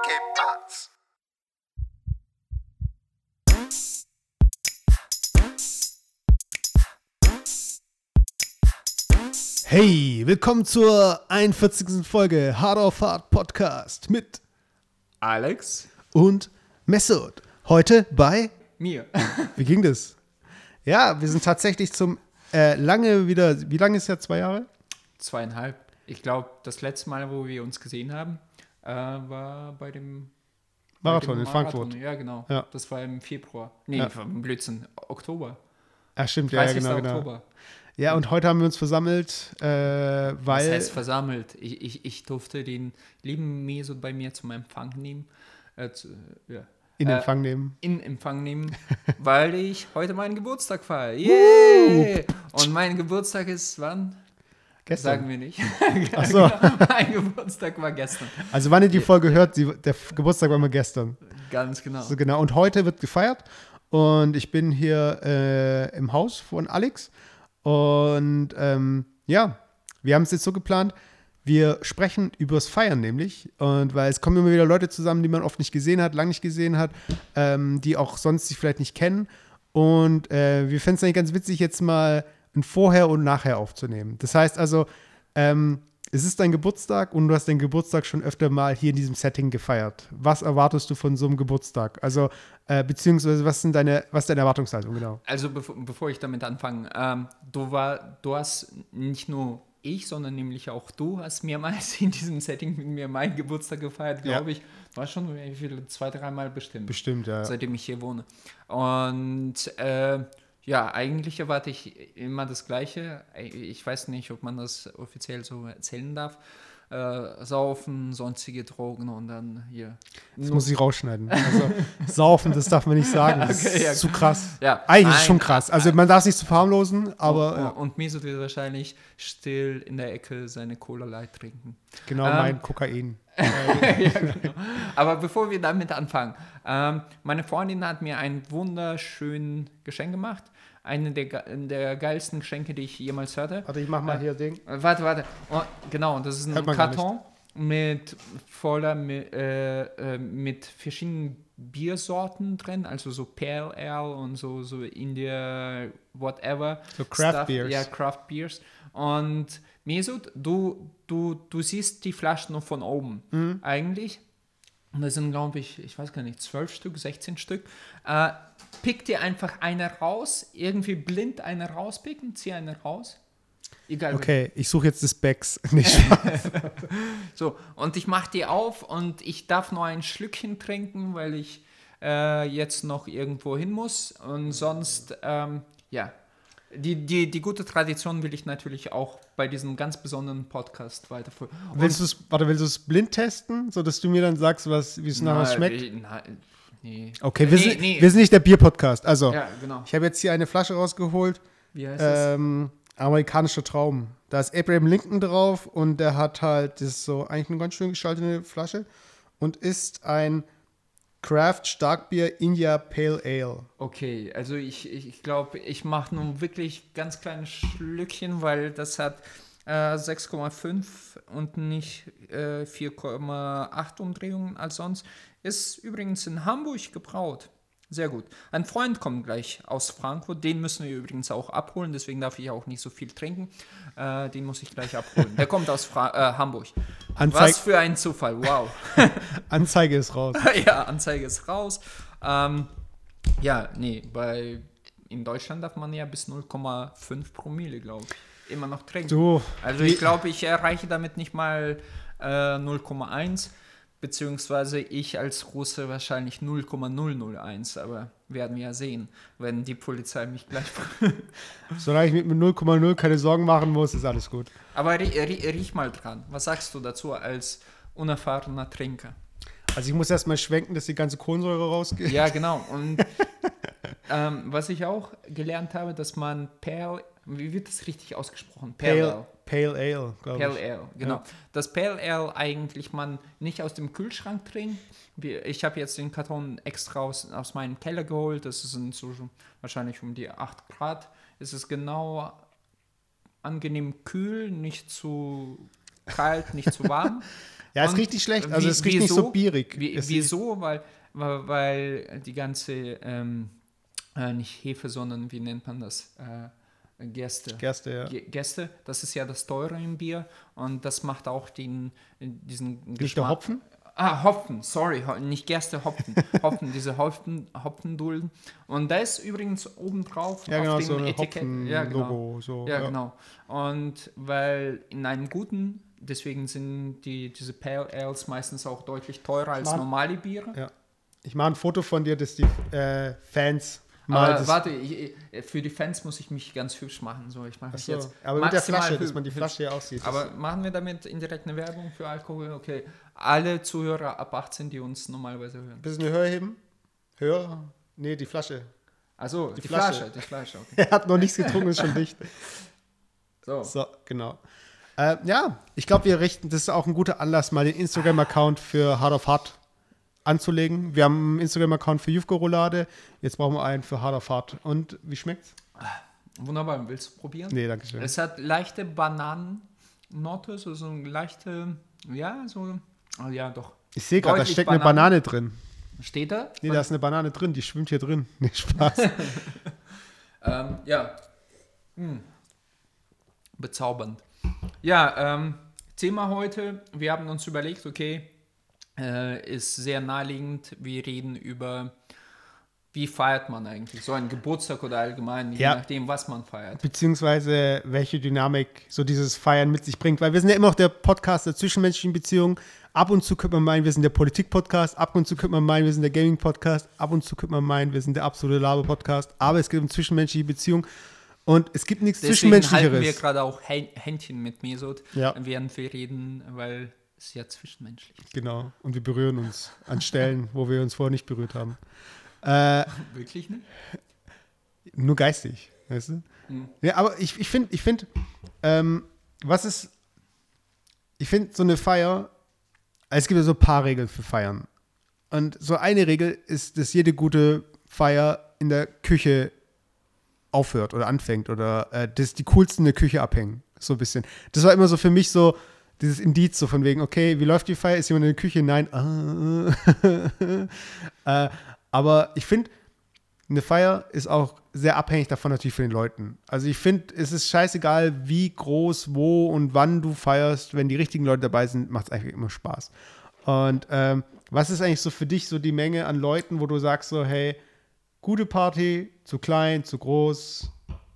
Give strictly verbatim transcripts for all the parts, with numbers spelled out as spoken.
¿Qué pasa? Hey, willkommen zur einundvierzigsten Folge Hard of Hard Podcast mit Alex und Mesut. Heute bei mir. Wie ging das? Ja, wir sind tatsächlich zum äh, lange wieder, wie lange ist ja, zwei Jahre? Zweieinhalb. Ich glaube, das letzte Mal, wo wir uns gesehen haben, äh, war bei dem Marathon bei in dem Frankfurt. Marathon. Ja, genau. Ja. Das war im Februar. Nee, Ja. Blödsinn. Oktober. Ach stimmt, ja, ja, dreißigsten genau, genau. Oktober. Ja, und heute haben wir uns versammelt, äh, weil... Das heißt versammelt. Ich, ich, ich durfte den lieben Mesut bei mir zum Empfang nehmen. Äh, zu, ja. in äh, Empfang nehmen. In Empfang nehmen, weil ich heute meinen Geburtstag feiere. Yeah! Und mein Geburtstag ist wann? Gestern. Sagen wir nicht. Ach so. Mein Geburtstag war gestern. Also wann ihr die Folge hört, die, der Geburtstag war immer gestern. Ganz genau. So genau. Und heute wird gefeiert und ich bin hier äh, im Haus von Alex und ähm, ja, wir haben es jetzt so geplant, wir sprechen übers Feiern nämlich und weil es kommen immer wieder Leute zusammen, die man oft nicht gesehen hat, lange nicht gesehen hat, ähm, die auch sonst sich vielleicht nicht kennen und äh, wir fänden es eigentlich ganz witzig, jetzt mal ein Vorher und Nachher aufzunehmen. Das heißt also, ähm, es ist dein Geburtstag und du hast deinen Geburtstag schon öfter mal hier in diesem Setting gefeiert. Was erwartest du von so einem Geburtstag? Also, äh, beziehungsweise, was sind deine, was ist deine Erwartungshaltung, genau? Also, bevor, bevor ich damit anfange, ähm, du, war, du hast nicht nur ich, sondern nämlich auch du hast mehrmals in diesem Setting mit mir meinen Geburtstag gefeiert, glaube Ja. ich. War schon wie viele, zwei, dreimal bestimmt. Bestimmt, ja. Seitdem ich hier wohne. Und äh, ja, eigentlich erwarte ich immer das Gleiche. Ich weiß nicht, ob man das offiziell so erzählen darf. Äh, saufen, sonstige Drogen und dann hier. Das muss ich rausschneiden. Also, saufen, das darf man nicht sagen. Das Okay, ist ja. zu krass. Ja, Eigentlich ist es nein, schon krass. Also, man darf es nicht zu verharmlosen, aber und, ja, und Mesut wird wahrscheinlich still in der Ecke seine Cola Light trinken. genau ähm, mein Kokain. ja, genau. Aber bevor wir damit anfangen, ähm, meine Freundin hat mir ein wunderschönes Geschenk gemacht. Eine der, ge- der geilsten Geschenke, die ich jemals hatte. Warte, ich mach mal hier Ding. Äh, Warte, warte. Oh, genau, das ist ein Hört man gar Karton mit voller mit, äh, äh, mit verschiedenen Biersorten drin, also so Pale Ale und so so India whatever. So Craft Stuff. Beers. Ja, Craft Beers. Und Mesut, du du du siehst die Flaschen nur von oben. Mhm. Eigentlich. Und das sind, glaube ich, ich weiß gar nicht, zwölf Stück, sechzehn Stück. Äh, pick dir einfach eine raus, irgendwie blind eine rauspicken, zieh eine raus. Egal. Okay, ich suche jetzt das Becks. Nicht Spaß. So, und ich mache die auf und ich darf nur ein Schlückchen trinken, weil ich äh, jetzt noch irgendwo hin muss. Und sonst, ähm, ja, die, die, die gute Tradition will ich natürlich auch bei diesem ganz besonderen Podcast weiterführen. Und- Willst du es, warte, willst du es blind testen, sodass du mir dann sagst, was, wie es nachher Na, schmeckt? äh, na, nee. Okay, wir, Nee, sind, nee. wir sind nicht der Bier-Podcast. Also, Ja, genau. ich habe jetzt hier eine Flasche rausgeholt. Wie heißt das? Ähm, amerikanische Trauben. Da ist Abraham Lincoln drauf und der hat halt, das ist so eigentlich eine ganz schön gestaltete Flasche und ist ein Craft Starkbier India Pale Ale. Okay, also ich ich, ich glaube, ich mache nun wirklich ganz kleine Schlückchen, weil das hat äh, sechs Komma fünf und nicht äh, vier Komma acht Umdrehungen als sonst. Ist übrigens in Hamburg gebraut. Sehr gut. Ein Freund kommt gleich aus Frankfurt, den müssen wir übrigens auch abholen, deswegen darf ich auch nicht so viel trinken. Äh, den muss ich gleich abholen. Der kommt aus Fra äh, Hamburg. Anzeig Was für ein Zufall, wow. Anzeige ist raus. Ja, Anzeige ist raus. Ähm, ja, nee, bei, in Deutschland darf man ja bis null Komma fünf Promille, glaube ich, immer noch trinken. Du, Also ich glaube, ich erreiche damit nicht mal äh, null Komma eins, beziehungsweise ich als Russe wahrscheinlich null Komma null null eins, aber werden wir ja sehen, wenn die Polizei mich gleich... solange ich mit mir null Komma null keine Sorgen machen muss, ist alles gut. Aber rie, rie, riech mal dran. Was sagst du dazu als unerfahrener Trinker? Also ich muss erstmal schwenken, dass die ganze Kohlensäure rausgeht. Ja, genau. Und ähm, was ich auch gelernt habe, dass man Pale, wie wird das richtig ausgesprochen? Pale, Pale Ale, glaube ich. Pale Ale, genau. Ja. Das Pale Ale eigentlich man nicht aus dem Kühlschrank trinkt. Wir- Ich habe jetzt den Karton extra aus, aus meinem Keller geholt. Das sind so wahrscheinlich um die acht Grad. Es ist genau angenehm kühl, nicht zu kalt, nicht zu warm. Ja, ist richtig schlecht. Also, es riecht nicht so bierig. Wie, wieso? Weil, weil, weil die ganze, ähm, äh, nicht Hefe, sondern wie nennt man das? Äh, Gerste. Gerste, ja. Ge- Gerste, das ist ja das Teure im Bier und das macht auch den, diesen Geschmack. Nicht der Hopfen? Ah, Hopfen, sorry, ho- nicht Gerste, Hopfen. Hopfen, diese Hopfen, Hopfendulden. Und da ist übrigens obendrauf Ja, auf genau, dem so ein Etikett. Ja, genau. Hopfen-Logo. So, Ja, ja. genau. Und weil in einem guten, deswegen sind die, diese Pale Ales meistens auch deutlich teurer als Mann. normale Biere. Ja. Ich mache ein Foto von dir, dass die äh, Fans mal. Aber das warte, ich, für die Fans muss ich mich ganz hübsch machen. So, ich mache mich Achso, jetzt aber mit der maximal Flasche, hü- dass man die hübsch. Flasche ja aussieht. Aber machen wir damit indirekt eine Werbung für Alkohol? Okay, alle Zuhörer ab achtzehn, die uns normalerweise hören. Bisschen höher heben? Höher? Nee, die Flasche. Also die, Flasche. Flasche. die Flasche, okay. Er hat noch nichts getrunken, ist schon dicht. So. So, genau. Äh, ja, ich glaube, wir richten, das ist auch ein guter Anlass, mal den Instagram-Account für Hard of Hard anzulegen. Wir haben einen Instagram-Account für Jufko Roulade, jetzt brauchen wir einen für Hard of Hard. Und wie schmeckt's? Wunderbar, willst du probieren? Nee, danke schön. Es hat leichte Bananennote, so, so eine leichte, ja, so, oh, ja, doch. Ich sehe gerade, da Deutlich steckt Banane. eine Banane drin. Steht da? Nee, da ist eine Banane drin, die schwimmt hier drin. Nee, Spaß. Ähm, ja. Hm. Bezaubernd. Ja, ähm, Thema heute, wir haben uns überlegt, okay, äh, ist sehr naheliegend, wir reden über, wie feiert man eigentlich, so einen Geburtstag oder allgemein, je Ja. nachdem, was man feiert. Beziehungsweise welche Dynamik so dieses Feiern mit sich bringt. Weil wir sind ja immer noch der Podcast der zwischenmenschlichen Beziehungen. Ab und zu könnte man meinen, wir sind der Politik-Podcast. Ab und zu könnte man meinen, wir sind der Gaming-Podcast. Ab und zu könnte man meinen, wir sind der absolute Laber-Podcast. Aber es geht um zwischenmenschliche Beziehungen. Und es gibt nichts Deswegen halten wir Zwischenmenschlicheres. gerade auch Hä- Händchen mit Mesut, Ja. während wir reden, weil es ja zwischenmenschlich ist. Genau. Und wir berühren uns an Stellen, wo wir uns vorher nicht berührt haben. Äh, Wirklich nicht? Nur geistig, weißt du? Mhm. Ja, aber ich, ich finde, ich find, ähm, was ist, ich finde so eine Feier, es gibt ja so ein paar Regeln für Feiern. Und so eine Regel ist, dass jede gute Feier in der Küche aufhört oder anfängt oder äh, dass die coolsten in der Küche abhängen. So ein bisschen. Das war immer so für mich so dieses Indiz, so von wegen, okay, wie läuft die Feier? Ist jemand in der Küche? Nein. Ah. äh, aber ich finde, eine Feier ist auch sehr abhängig davon natürlich von den Leuten. Also ich finde, es ist scheißegal, wie groß, wo und wann du feierst. Wenn die richtigen Leute dabei sind, macht es eigentlich immer Spaß. Und ähm, was ist eigentlich so für dich so die Menge an Leuten, wo du sagst so, hey, gute Party, zu klein, zu groß?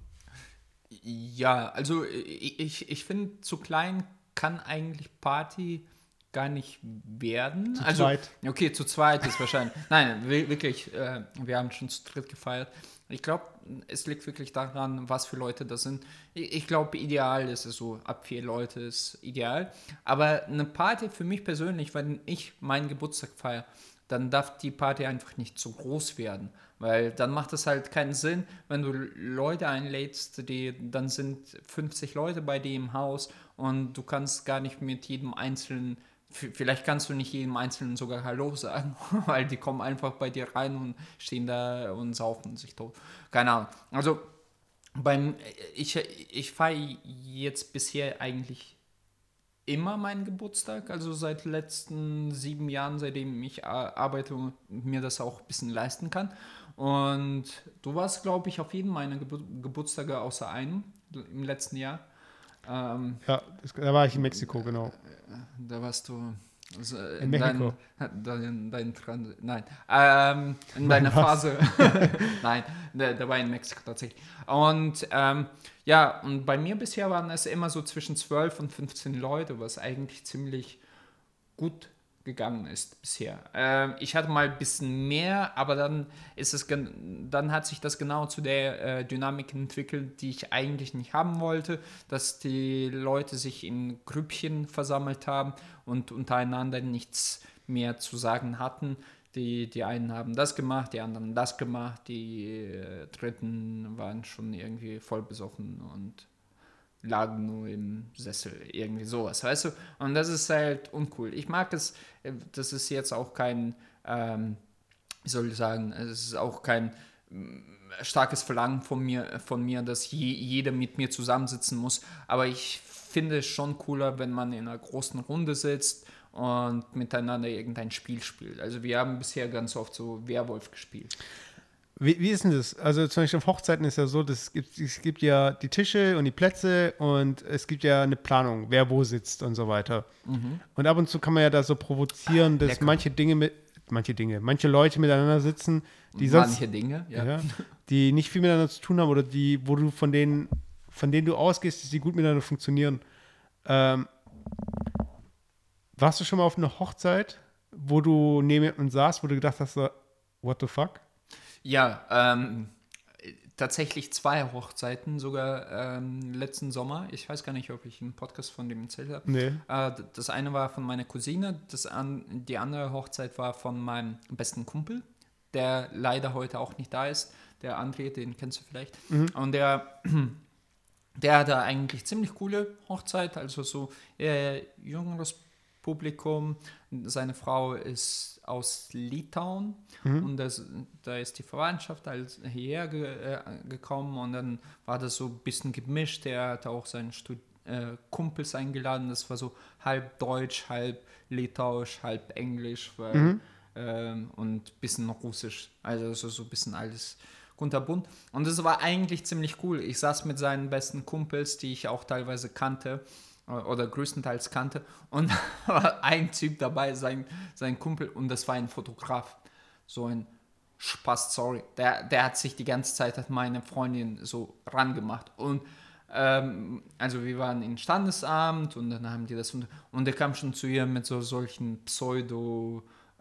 Ja, also ich, ich, ich finde, zu klein kann eigentlich Party gar nicht werden. Zu also, zweit. Okay, zu zweit ist wahrscheinlich. Nein, wi- wirklich, äh, wir haben schon zu dritt gefeiert. Ich glaube, es liegt wirklich daran, was für Leute das sind. Ich, ich glaube, ideal ist es so, ab vier Leute ist ideal. Aber eine Party für mich persönlich, wenn ich meinen Geburtstag feiere, dann darf die Party einfach nicht zu groß werden. Weil dann macht es halt keinen Sinn, wenn du Leute einlädst, die, dann sind fünfzig Leute bei dir im Haus und du kannst gar nicht mit jedem Einzelnen, v- vielleicht kannst du nicht jedem Einzelnen sogar Hallo sagen, weil die kommen einfach bei dir rein und stehen da und saufen sich tot. Keine Ahnung. Also beim, ich, ich feiere jetzt bisher eigentlich immer meinen Geburtstag, also seit den letzten sieben Jahren, seitdem ich a- arbeite und mir das auch ein bisschen leisten kann. Und du warst, glaube ich, auf jeden meiner Gebur Geburtstage außer einem im letzten Jahr. Ähm, Ja, das, da war ich in Mexiko, genau. da warst du also In in Mexiko. dein, dein, dein Trans nein, ähm, in deiner Was? Phase, nein, da, da war in Mexiko tatsächlich. Und ähm, ja, und bei mir bisher waren es immer so zwischen zwölf und fünfzehn Leute, was eigentlich ziemlich gut gegangen ist bisher. Ähm, ich hatte mal ein bisschen mehr, aber dann ist es gen- dann hat sich das genau zu der äh, Dynamik entwickelt, die ich eigentlich nicht haben wollte, dass die Leute sich in Grüppchen versammelt haben und untereinander nichts mehr zu sagen hatten. Die, die einen haben das gemacht, die anderen das gemacht, die äh, Dritten waren schon irgendwie voll besoffen und lagen nur im Sessel, irgendwie sowas, weißt du? Und das ist halt uncool. Ich mag es, äh, das ist jetzt auch kein, ähm, wie soll ich sagen, es ist auch kein mm, starkes Verlangen von mir, von mir, dass je, jeder mit mir zusammensitzen muss, aber ich finde es schon cooler, wenn man in einer großen Runde sitzt und miteinander irgendein Spiel spielt. Also wir haben bisher ganz oft so Werwolf gespielt. Wie, wie ist denn das? Also zum Beispiel auf Hochzeiten ist ja so, dass es gibt, es gibt ja die Tische und die Plätze und es gibt ja eine Planung, wer wo sitzt und so weiter. Mhm. Und ab und zu kann man ja da so provozieren, dass Lecker. manche Dinge mit, manche Dinge, manche Leute miteinander sitzen, die sonst, Manche Dinge, ja. ja, die nicht viel miteinander zu tun haben oder die, wo du von denen, von denen du ausgehst, dass sie gut miteinander funktionieren. Ähm, warst du schon mal auf einer Hochzeit, wo du neben jemandem saßt, wo du gedacht hast, so, what the fuck? Ja, ähm, tatsächlich zwei Hochzeiten, sogar ähm, letzten Sommer. Ich weiß gar nicht, ob ich einen Podcast von dem erzählt habe. Nee. Äh, das eine war von meiner Cousine, das an, die andere Hochzeit war von meinem besten Kumpel, der leider heute auch nicht da ist. Der André, den kennst du vielleicht. Mhm. Und der, der hatte eigentlich ziemlich coole Hochzeit, also so äh, jüngeres Publikum. Seine Frau ist aus Litauen mhm. und das, da ist die Verwandtschaft halt hierher ge, äh, gekommen und dann war das so ein bisschen gemischt. Er hatte auch seinen Stud- äh, Kumpels eingeladen, das war so halb Deutsch, halb Litauisch, halb Englisch weil, mhm. ähm, und ein bisschen Russisch, also so, so ein bisschen alles kunterbunt. Und das war eigentlich ziemlich cool. Ich saß mit seinen besten Kumpels, die ich auch teilweise kannte, oder größtenteils kannte und war ein Typ dabei, sein, sein Kumpel und das war ein Fotograf, so ein Spaß, sorry, der, der hat sich die ganze Zeit an meine Freundin so rangemacht und ähm, also wir waren im Standesamt und dann haben die das und, und der kam schon zu ihr mit so solchen Pseudo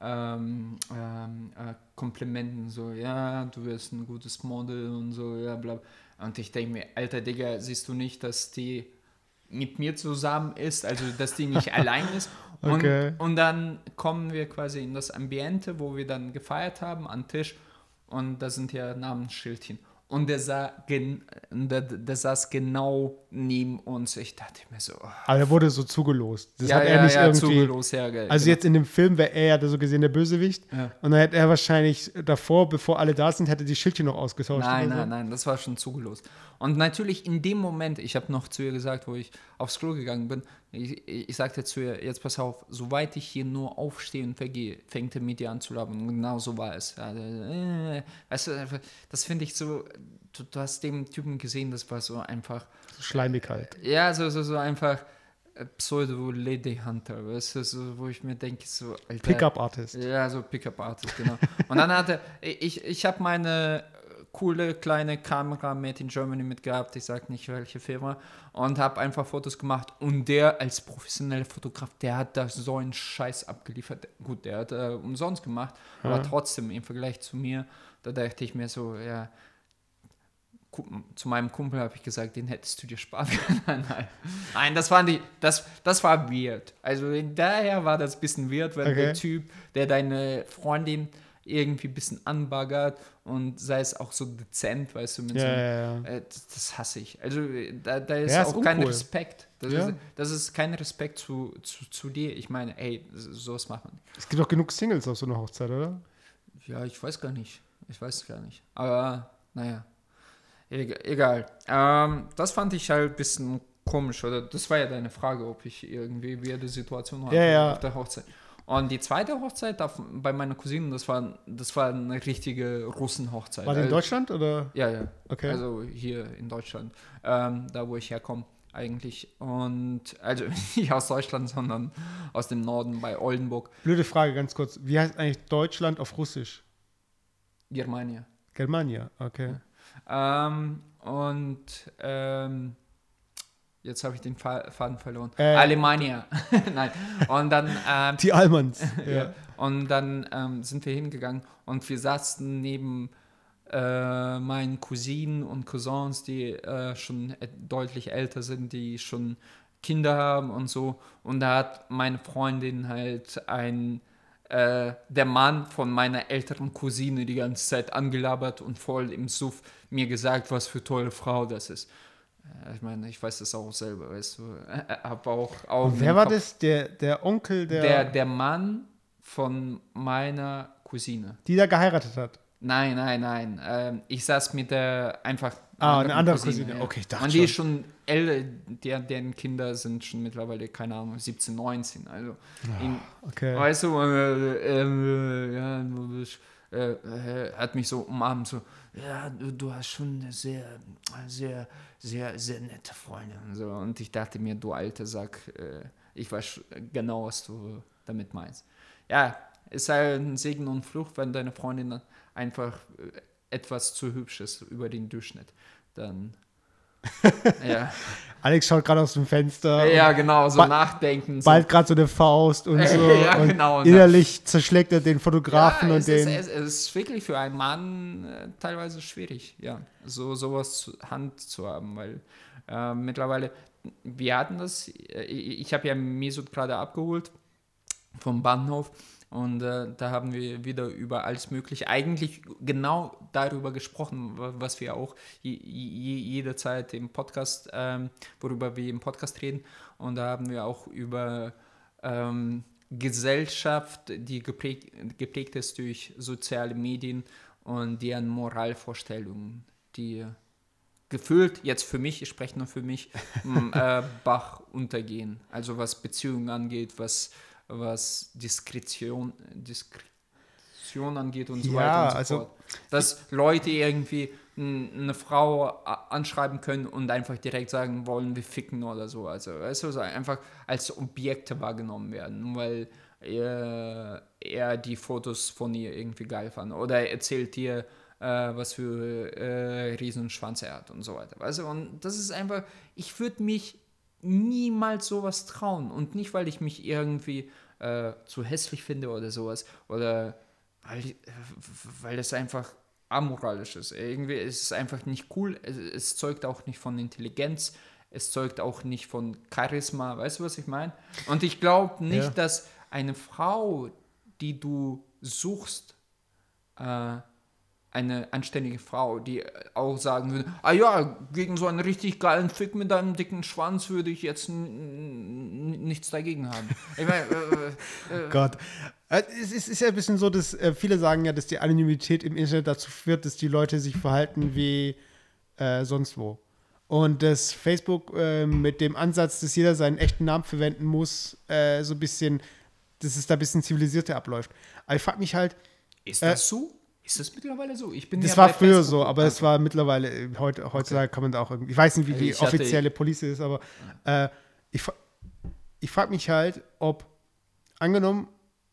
ähm, ähm, äh, Komplimenten, so ja, du wirst ein gutes Model und so, ja, bla. Und ich denke mir, alter Digga, siehst du nicht, dass die mit mir zusammen ist, also dass die nicht allein ist. Und, okay. und dann kommen wir quasi in das Ambiente, wo wir dann gefeiert haben, an Tisch und da sind ja Namensschildchen. Und der, sah gen- der, der saß genau neben uns. Ich dachte mir so... Oh. Aber er wurde so zugelost. Das ja, hat er ja, nicht ja, irgendwie... zugelost, ja, geil, also genau. Jetzt in dem Film wäre er ja so gesehen der Bösewicht. Ja. Und dann hätte er wahrscheinlich davor, bevor alle da sind, hätte die Schildchen noch ausgetauscht. Nein, oder so. nein, nein, das war schon zugelost. Und natürlich in dem Moment, ich habe noch zu ihr gesagt, wo ich aufs Klo gegangen bin, ich, ich sagte zu ihr, jetzt pass auf, soweit ich hier nur aufstehe und vergehe, fängt er mit dir an zu labern. Und genau so war es. Also, äh, weißt du, das finde ich so, du, du hast dem Typen gesehen, das war so einfach... So schleimig halt. Ja, so, so, so einfach Pseudo-Lady Hunter, weißt du, so, wo ich mir denke, so... Alter, Pickup-Artist. Ja, so Pickup-Artist, genau. Und dann hatte, ich, ich habe meine... coole kleine Kamera Made in Germany mitgehabt, ich sag nicht welche Firma, und habe einfach Fotos gemacht und der als professioneller Fotograf, der hat da so einen Scheiß abgeliefert. Gut, der hat äh, umsonst gemacht, ja. Aber trotzdem im Vergleich zu mir, da dachte ich mir so, ja, zu meinem Kumpel habe ich gesagt, den hättest du dir sparen können. Nein, Nein das, war die, das, das war weird. Also daher war das ein bisschen weird, weil okay. der Typ, der deine Freundin irgendwie ein bisschen anbaggert und sei es auch so dezent, weißt du, mit ja, so, ja, ja. Äh, das, das hasse ich. Also da, da ist ja, auch ist kein uncool. Respekt. Das, ja. ist, das ist kein Respekt zu, zu, zu dir. Ich meine, ey, sowas macht man. Es gibt auch genug Singles auf so einer Hochzeit, oder? Ja, ich weiß gar nicht. Ich weiß es gar nicht. Aber, naja. Egal. Ähm, das fand ich halt ein bisschen komisch, oder? Das war ja deine Frage, ob ich irgendwie weirde Situation hatte ja, ja. auf der Hochzeit. Und die zweite Hochzeit auf, bei meiner Cousine, das war, das war eine richtige Russenhochzeit. War die in Deutschland, oder? Ja, ja. Okay. Also hier in Deutschland, ähm, da wo ich herkomme eigentlich. Und also nicht aus Deutschland, sondern aus dem Norden bei Oldenburg. Blöde Frage, ganz kurz. Wie heißt eigentlich Deutschland auf Russisch? Germania. Germania, okay. Ja. Ähm, und ähm, jetzt habe ich den Faden verloren. Äh, Alemania. Nein. Und dann... Ähm, die Almans. ja. ja. Und dann ähm, sind wir hingegangen und wir saßen neben äh, meinen Cousinen und Cousins, die äh, schon äh, deutlich älter sind, die schon Kinder haben und so. Und da hat meine Freundin halt ein... Äh, der Mann von meiner älteren Cousine die ganze Zeit angelabert und voll im Suff mir gesagt, was für tolle Frau das ist. Ich meine, ich weiß das auch selber, weißt du. Hab auch, auch und wer war Kopf. das? Der, der Onkel der... der... Der Mann von meiner Cousine. Die da geheiratet hat? Nein, nein, nein. Ähm, ich saß mit der einfach. Ah, eine andere Cousine. Cousine. Okay, ich dachte Und die schon. ist schon älter, der, deren Kinder sind schon mittlerweile, keine Ahnung, siebzehn, neunzehn. Also, oh, in, okay. Weißt du, äh, äh, ja, du bist, äh, äh, hat mich so umarmt, so, ja, du, du hast schon eine sehr, sehr, sehr, sehr nette Freundin. Und, so. Und ich dachte mir, du alter Sack, äh, ich weiß genau, was du damit meinst. Ja, ist halt ein Segen und Fluch, wenn deine Freundin einfach etwas zu hübsch ist über den Durchschnitt. Dann, ja. Alex schaut gerade aus dem Fenster. Ja, genau, so ba- nachdenken. So. Bald gerade so eine Faust und so. Ja, und genau. Innerlich und zerschlägt er den Fotografen ja, und es den. Ist, es, es ist wirklich für einen Mann äh, teilweise schwierig, ja, so sowas zu Hand zu haben, weil äh, mittlerweile, wir hatten das, äh, ich, ich habe ja Mesut gerade abgeholt vom Bahnhof. Und äh, da haben wir wieder über alles Mögliche, eigentlich genau darüber gesprochen, was wir auch je, je, jederzeit im Podcast, ähm, worüber wir im Podcast reden. Und da haben wir auch über ähm, Gesellschaft, die geprägt, geprägt ist durch soziale Medien und deren Moralvorstellungen, die gefühlt, jetzt für mich, ich spreche nur für mich, äh, Bach untergehen. Also was Beziehungen angeht, was was Diskretion, Diskretion angeht und so ja, weiter und so also, fort. Dass Leute irgendwie eine Frau anschreiben können und einfach direkt sagen, wollen wir ficken oder so. Also, weißt du, einfach als Objekte wahrgenommen werden, weil er, er die Fotos von ihr irgendwie geil fand. Oder er erzählt dir, äh, was für äh, Riesenschwanz er hat und so weiter. Weißt du, und das ist einfach, ich würde mich niemals sowas trauen. Und nicht, weil ich mich irgendwie äh, zu hässlich finde oder sowas. Oder weil, weil es einfach amoralisch ist. Irgendwie ist es einfach nicht cool. Es, es zeugt auch nicht von Intelligenz. Es zeugt auch nicht von Charisma. Weißt du, was ich meine? Und ich glaube nicht, ja. dass eine Frau, die du suchst, äh, eine anständige Frau, die auch sagen würde, ah ja, gegen so einen richtig geilen Fick mit einem dicken Schwanz würde ich jetzt n- n- nichts dagegen haben. Ich meine, äh, äh, Gott. Es ist, ist ja ein bisschen so, dass äh, viele sagen ja, dass die Anonymität im Internet dazu führt, dass die Leute sich verhalten wie äh, sonst wo. Und dass Facebook äh, mit dem Ansatz, dass jeder seinen echten Namen verwenden muss, äh, so ein bisschen, dass es da ein bisschen zivilisierter abläuft. Aber ich frage mich halt, ist das äh, so? Ist das mittlerweile so? Ich bin das ja war bei früher Facebook so, aber es war mittlerweile, heute, heutzutage okay. kann man da auch irgendwie, ich weiß nicht, wie die ich offizielle hatte, Police ist, aber äh, ich, ich frage mich halt, ob, angenommen,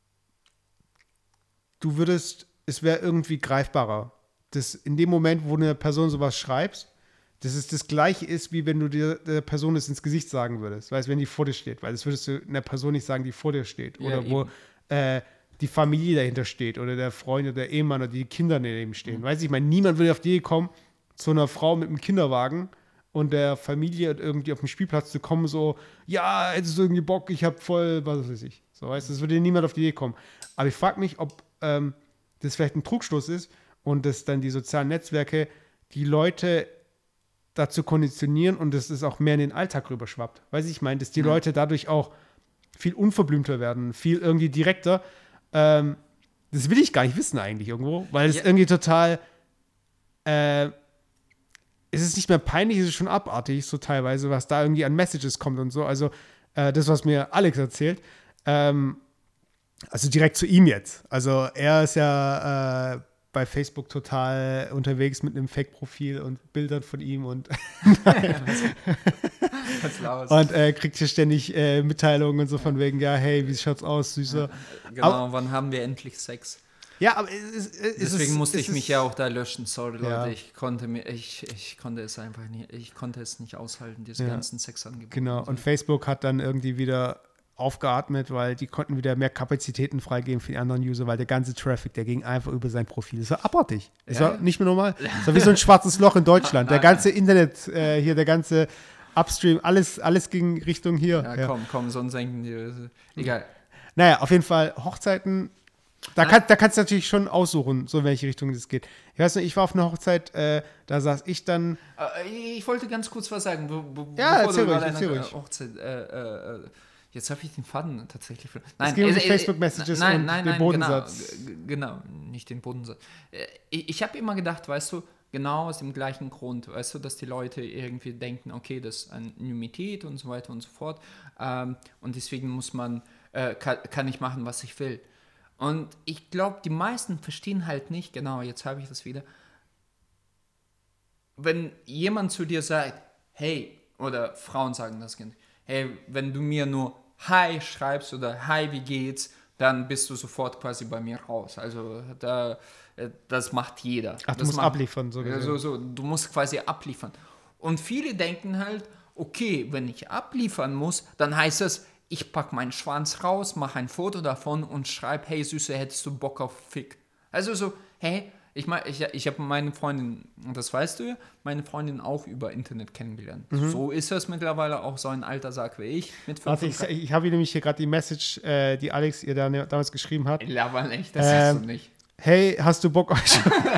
du würdest, es wäre irgendwie greifbarer, dass in dem Moment, wo eine Person sowas schreibst, dass es das Gleiche ist, wie wenn du dir der Person das ins Gesicht sagen würdest, weißt, wenn die vor dir steht, weil das würdest du einer Person nicht sagen, die vor dir steht, ja, oder eben. wo äh, die Familie dahinter steht oder der Freund oder der Ehemann oder die Kinder daneben stehen. Mhm. Weißt du, ich meine, niemand würde auf die Idee kommen, zu einer Frau mit einem Kinderwagen und der Familie irgendwie auf den Spielplatz zu kommen, so, ja, hättest du irgendwie Bock, ich hab voll, was weiß ich. So, weißt du, das würde niemand auf die Idee kommen. Aber ich frage mich, ob ähm, das vielleicht ein Trugschluss ist und dass dann die sozialen Netzwerke die Leute dazu konditionieren und dass es auch mehr in den Alltag rüberschwappt. Weißt du, ich meine, dass die mhm. Leute dadurch auch viel unverblümter werden, viel irgendwie direkter. Ähm, das will ich gar nicht wissen eigentlich irgendwo, weil es ja. irgendwie total äh, es ist nicht mehr peinlich, es ist schon abartig, so teilweise, was da irgendwie an Messages kommt und so. Also äh, das, was mir Alex erzählt, ähm, also direkt zu ihm jetzt. Also er ist ja äh, bei Facebook total unterwegs mit einem Fake-Profil und Bildern von ihm und und äh, kriegt hier ständig äh, Mitteilungen und so von wegen, ja, hey, wie schaut's aus, Süßer. Genau, aber, wann haben wir endlich Sex? Ja, aber es, es, es deswegen ist, musste es ich mich ja auch da löschen, sorry Leute, ja. ich konnte mir, ich, ich konnte es einfach nicht, ich konnte es nicht aushalten, diese ja. ganzen Sexangebote. Genau, und, so. Und Facebook hat dann irgendwie wieder aufgeatmet, weil die konnten wieder mehr Kapazitäten freigeben für die anderen User, weil der ganze Traffic, der ging einfach über sein Profil. Das war abartig. Das ja, war nicht mehr normal. Das war wie so ein schwarzes Loch in Deutschland. Der ganze Internet äh, hier, der ganze Upstream, alles, alles ging Richtung hier. Ja, ja. komm, komm, sonst denken die, egal. Naja, auf jeden Fall Hochzeiten, da, kann, da kannst du natürlich schon aussuchen, so in welche Richtung das geht. Ich weiß nicht, ich war auf einer Hochzeit, äh, da saß ich dann. Ich wollte ganz kurz was sagen. Be- be- ja, bevor erzähl du ruhig, erzähl ruhig. Hochzeit, äh, äh, jetzt habe ich den Faden tatsächlich. Nein, es ging um äh, Facebook-Messages nein, und nein, den nein, Bodensatz. Genau, g- genau, nicht nicht den Bodensatz. Äh, ich ich habe immer gedacht, weißt du, genau aus dem gleichen Grund, weißt du, dass die Leute irgendwie denken, okay, das ist Anonymität und so weiter und so fort. Ähm, und deswegen muss man, äh, kann, kann ich machen, was ich will. Und ich glaube, die meisten verstehen halt nicht, genau, jetzt habe ich das wieder, wenn jemand zu dir sagt, hey, oder Frauen sagen das Kind, hey, wenn du mir nur Hi schreibst oder Hi, wie geht's, dann bist du sofort quasi bei mir raus. Also da, das macht jeder. Ach, du das musst macht, abliefern, so gesehen. so, so, du musst quasi abliefern. Und viele denken halt, okay, wenn ich abliefern muss, dann heißt das, ich packe meinen Schwanz raus, mache ein Foto davon und schreibe, hey Süße, hättest du Bock auf Fick? Also so, hey, ich meine, ich, ich habe meine Freundin, das weißt du ja, meine Freundin auch über Internet kennengelernt. Mhm. So ist das mittlerweile auch so ein alter Sack wie ich. Mit Warte, ich, ich habe hier nämlich hier gerade die Message, äh, die Alex ihr da, damals geschrieben hat. Laber nicht, das ähm, hast du nicht. Hey, hast du Bock euch?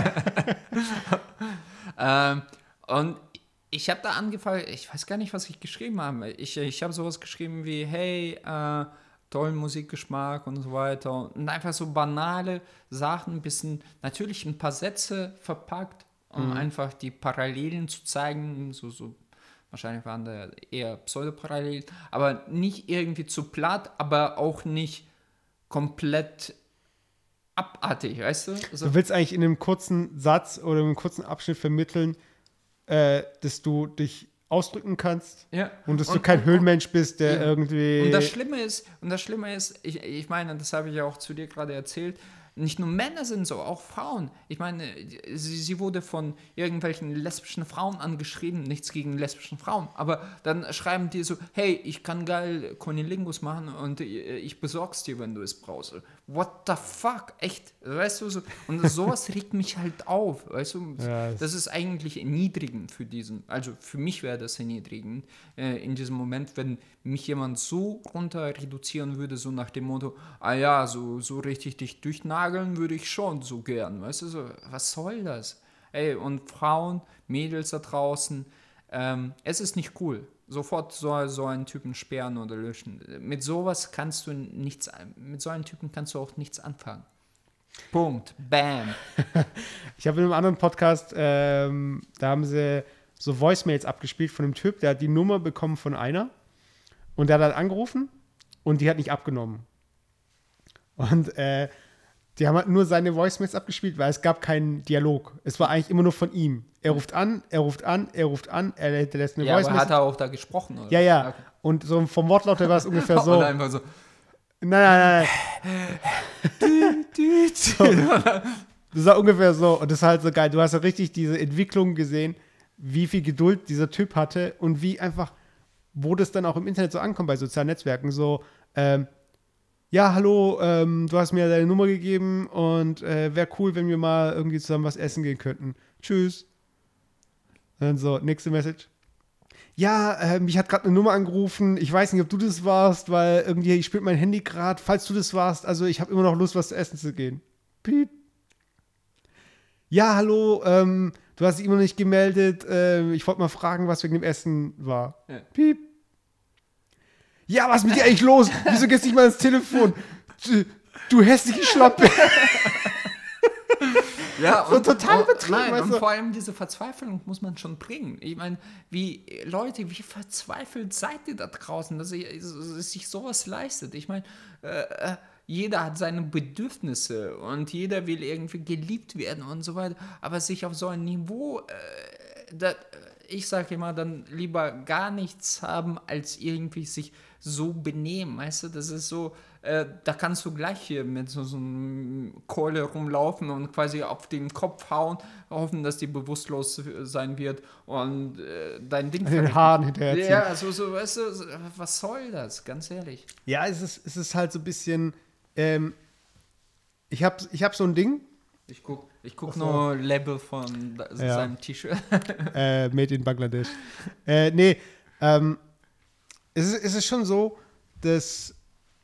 ähm, und ich habe da angefangen, ich weiß gar nicht, was ich geschrieben habe. Ich, ich habe sowas geschrieben wie, hey, äh, tollen Musikgeschmack und so weiter. Und einfach so banale Sachen, ein bisschen, natürlich ein paar Sätze verpackt, um mhm. einfach die Parallelen zu zeigen. So, so, wahrscheinlich waren da eher Pseudoparallelen, aber nicht irgendwie zu platt, aber auch nicht komplett abartig, weißt du? Also, du willst eigentlich in einem kurzen Satz oder in einem kurzen Abschnitt vermitteln, äh, dass du dich ausdrücken kannst ja. und dass und, du kein und, Höhlenmensch bist, der ja. irgendwie... Und das Schlimme ist, und das Schlimme ist, ich, ich meine, das habe ich ja auch zu dir gerade erzählt, nicht nur Männer sind so, auch Frauen. Ich meine, sie, sie wurde von irgendwelchen lesbischen Frauen angeschrieben, nichts gegen lesbischen Frauen, aber dann schreiben die so, hey, ich kann geil Kunilingus machen und ich besorg's dir, wenn du es brauchst. What the fuck? Echt? Weißt du, so, und sowas regt mich halt auf, weißt du? Ja, das ist eigentlich erniedrigend für diesen, also für mich wäre das erniedrigend äh, in diesem Moment, wenn mich jemand so runter reduzieren würde, so nach dem Motto, ah ja, so, so richtig dich durchnageln würde ich schon so gern, weißt du, so, was soll das? Ey, und Frauen, Mädels da draußen, ähm, es ist nicht cool. Sofort so, so einen Typen sperren oder löschen. Mit sowas kannst du nichts, mit so einem Typen kannst du auch nichts anfangen. Punkt. Bam. Ich habe in einem anderen Podcast, ähm, da haben sie so Voicemails abgespielt von einem Typ, der hat die Nummer bekommen von einer und der hat halt angerufen und die hat nicht abgenommen. Und äh, die haben halt nur seine Voicemails abgespielt, weil es gab keinen Dialog. Es war eigentlich immer nur von ihm. Er ruft an, er ruft an, er ruft an, er hinterlässt eine ja, Voicemail. Aber hat er auch da gesprochen, oder? Ja, ja. Okay. Und so vom Wortlaut her war es ungefähr so. Oder einfach so. Nein, nein, nein. so. Das war ungefähr so. Und das ist halt so geil. Du hast ja richtig diese Entwicklung gesehen, wie viel Geduld dieser Typ hatte und wie einfach, wo das dann auch im Internet so ankommt bei sozialen Netzwerken. So, ähm, ja, hallo, ähm, du hast mir deine Nummer gegeben und äh, wäre cool, wenn wir mal irgendwie zusammen was essen gehen könnten. Tschüss. Und dann so, nächste Message. Ja, äh, mich hat gerade eine Nummer angerufen. Ich weiß nicht, ob du das warst, weil irgendwie ich spielt mein Handy gerade. Falls du das warst, also ich habe immer noch Lust, was zu essen zu gehen. Piep. Ja, hallo, ähm, du hast dich immer noch nicht gemeldet. Ähm, ich wollte mal fragen, was wegen dem Essen war. Ja. Piep. Ja, was ist mit dir eigentlich los? Wieso gehst du nicht mal ins Telefon? Du, du hässliche Schlappe. Ja, so und, total und, betrieben. Nein, weißt und du? vor allem diese Verzweiflung muss man schon bringen. Ich meine, wie, Leute, wie verzweifelt seid ihr da draußen, dass ihr, dass sich sowas leistet? Ich meine, äh, jeder hat seine Bedürfnisse und jeder will irgendwie geliebt werden und so weiter, aber sich auf so ein Niveau, äh, da, ich sage immer, dann lieber gar nichts haben, als irgendwie sich so benehmen, weißt du, das ist so, äh, da kannst du gleich hier mit so, so einem Keule rumlaufen und quasi auf den Kopf hauen, hoffen, dass die bewusstlos sein wird und äh, dein Ding den ver- Haaren hinterherziehen. Ja, so, so, weißt du, was soll das, ganz ehrlich. Ja, es ist, es ist halt so ein bisschen, ähm, ich habe ich hab so ein Ding. Ich guck, ich guck nur Label von da, ja. seinem T-Shirt. äh, made in Bangladesch. äh, nee, ähm, es ist, es ist schon so, dass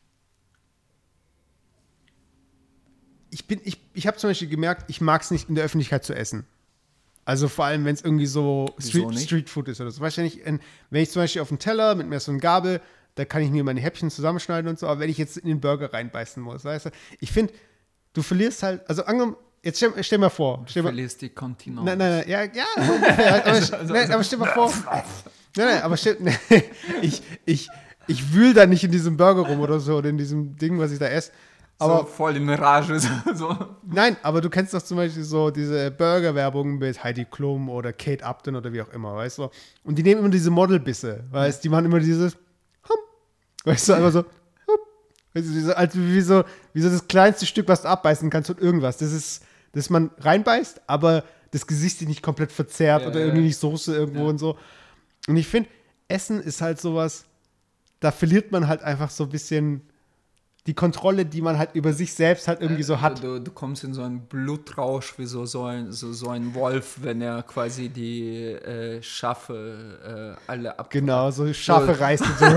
ich bin, ich, ich habe zum Beispiel gemerkt, ich mag es nicht in der Öffentlichkeit zu essen. Also vor allem, wenn es irgendwie so Street, Streetfood ist oder so. Weißt du, wenn ich, wenn ich zum Beispiel auf einen Teller mit mir so einer Gabel, da kann ich mir meine Häppchen zusammenschneiden und so, aber wenn ich jetzt in den Burger reinbeißen muss, weißt du, ich finde, du verlierst halt, also angenommen, jetzt stell, stell mal vor. Stell mal, Verlierst die Kontinent. nein, nein, nein, ja, ja, so ungefähr. Aber, Also, also, nein, aber stell mal vor. Nein, nein, aber stell, nee, ich, ich, ich wühl da nicht in diesem Burger rum oder so oder in diesem Ding, was ich da esse. Aber so voll in Rage. So. nein, aber du kennst doch zum Beispiel so diese Burger-Werbung mit Heidi Klum oder Kate Upton oder wie auch immer, weißt du? Und die nehmen immer diese Modelbisse, weißt du? Die machen immer dieses Hum, weißt du, einfach so Hum, weißt du, diese, also wie so, wie so das kleinste Stück, was du abbeißen kannst und irgendwas. Das ist, dass man reinbeißt, aber das Gesicht sich nicht komplett verzerrt Ja, oder ja, irgendwie ja. nicht Soße irgendwo Ja. und so. Und ich finde, Essen ist halt sowas, da verliert man halt einfach so ein bisschen die Kontrolle, die man halt über sich selbst halt irgendwie so hat. Du, du kommst in so einen Blutrausch wie so, so, ein, so, so ein Wolf, wenn er quasi die äh, Schafe äh, alle ab. Genau, so Schafe So. reißt und so.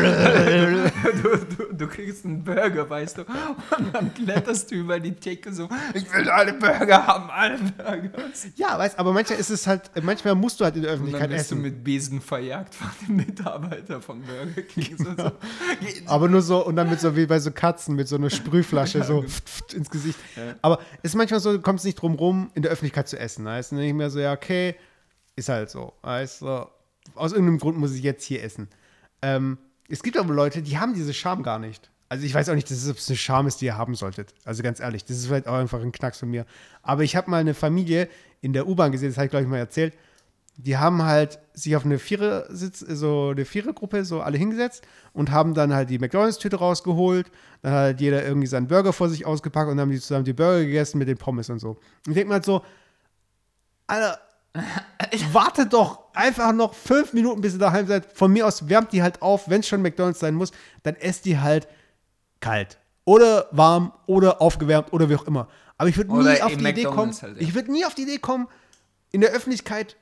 Du, du, du kriegst einen Burger, weißt du, und dann kletterst du über die Theke so, ich will alle Burger haben, alle Burger. Ja, weißt, aber manchmal ist es halt, manchmal musst du halt in der Und dann Öffentlichkeit bist du essen. mit Besen verjagt von dem Mitarbeiter von Burger King. So, so. Aber nur so, und dann mit so wie bei so Katzen, mit so einer Sprühflasche so genau. pft, pft, ins Gesicht. Ja. Aber es ist manchmal so, du kommst nicht drum rum, in der Öffentlichkeit zu essen. Weißt du, nicht mehr so, ja, okay, ist halt so. Weißt du, aus irgendeinem Grund muss ich jetzt hier essen. Ähm, es gibt aber Leute, die haben diese Scham gar nicht. Also ich weiß auch nicht, dass es ob es eine Scham ist, die ihr haben solltet. Also ganz ehrlich, das ist vielleicht auch einfach ein Knacks von mir. Aber ich habe mal eine Familie in der U-Bahn gesehen, das habe ich, glaube ich, mal erzählt. Die haben halt sich auf eine Vierer-Sitz, so eine Vierergruppe so alle hingesetzt und haben dann halt die McDonalds-Tüte rausgeholt. Dann hat halt jeder irgendwie seinen Burger vor sich ausgepackt und dann haben die zusammen die Burger gegessen mit den Pommes und so. Und ich denke mir halt so, Alter, wartet doch einfach noch fünf Minuten, bis ihr daheim seid. Von mir aus wärmt die halt auf, wenn es schon McDonalds sein muss, dann esst die halt kalt. Oder warm oder aufgewärmt oder wie auch immer. Aber ich würde nie Oder auf im die Idee kommen, McDonald's halt, ja. ich würde nie auf die Idee kommen, in der Öffentlichkeit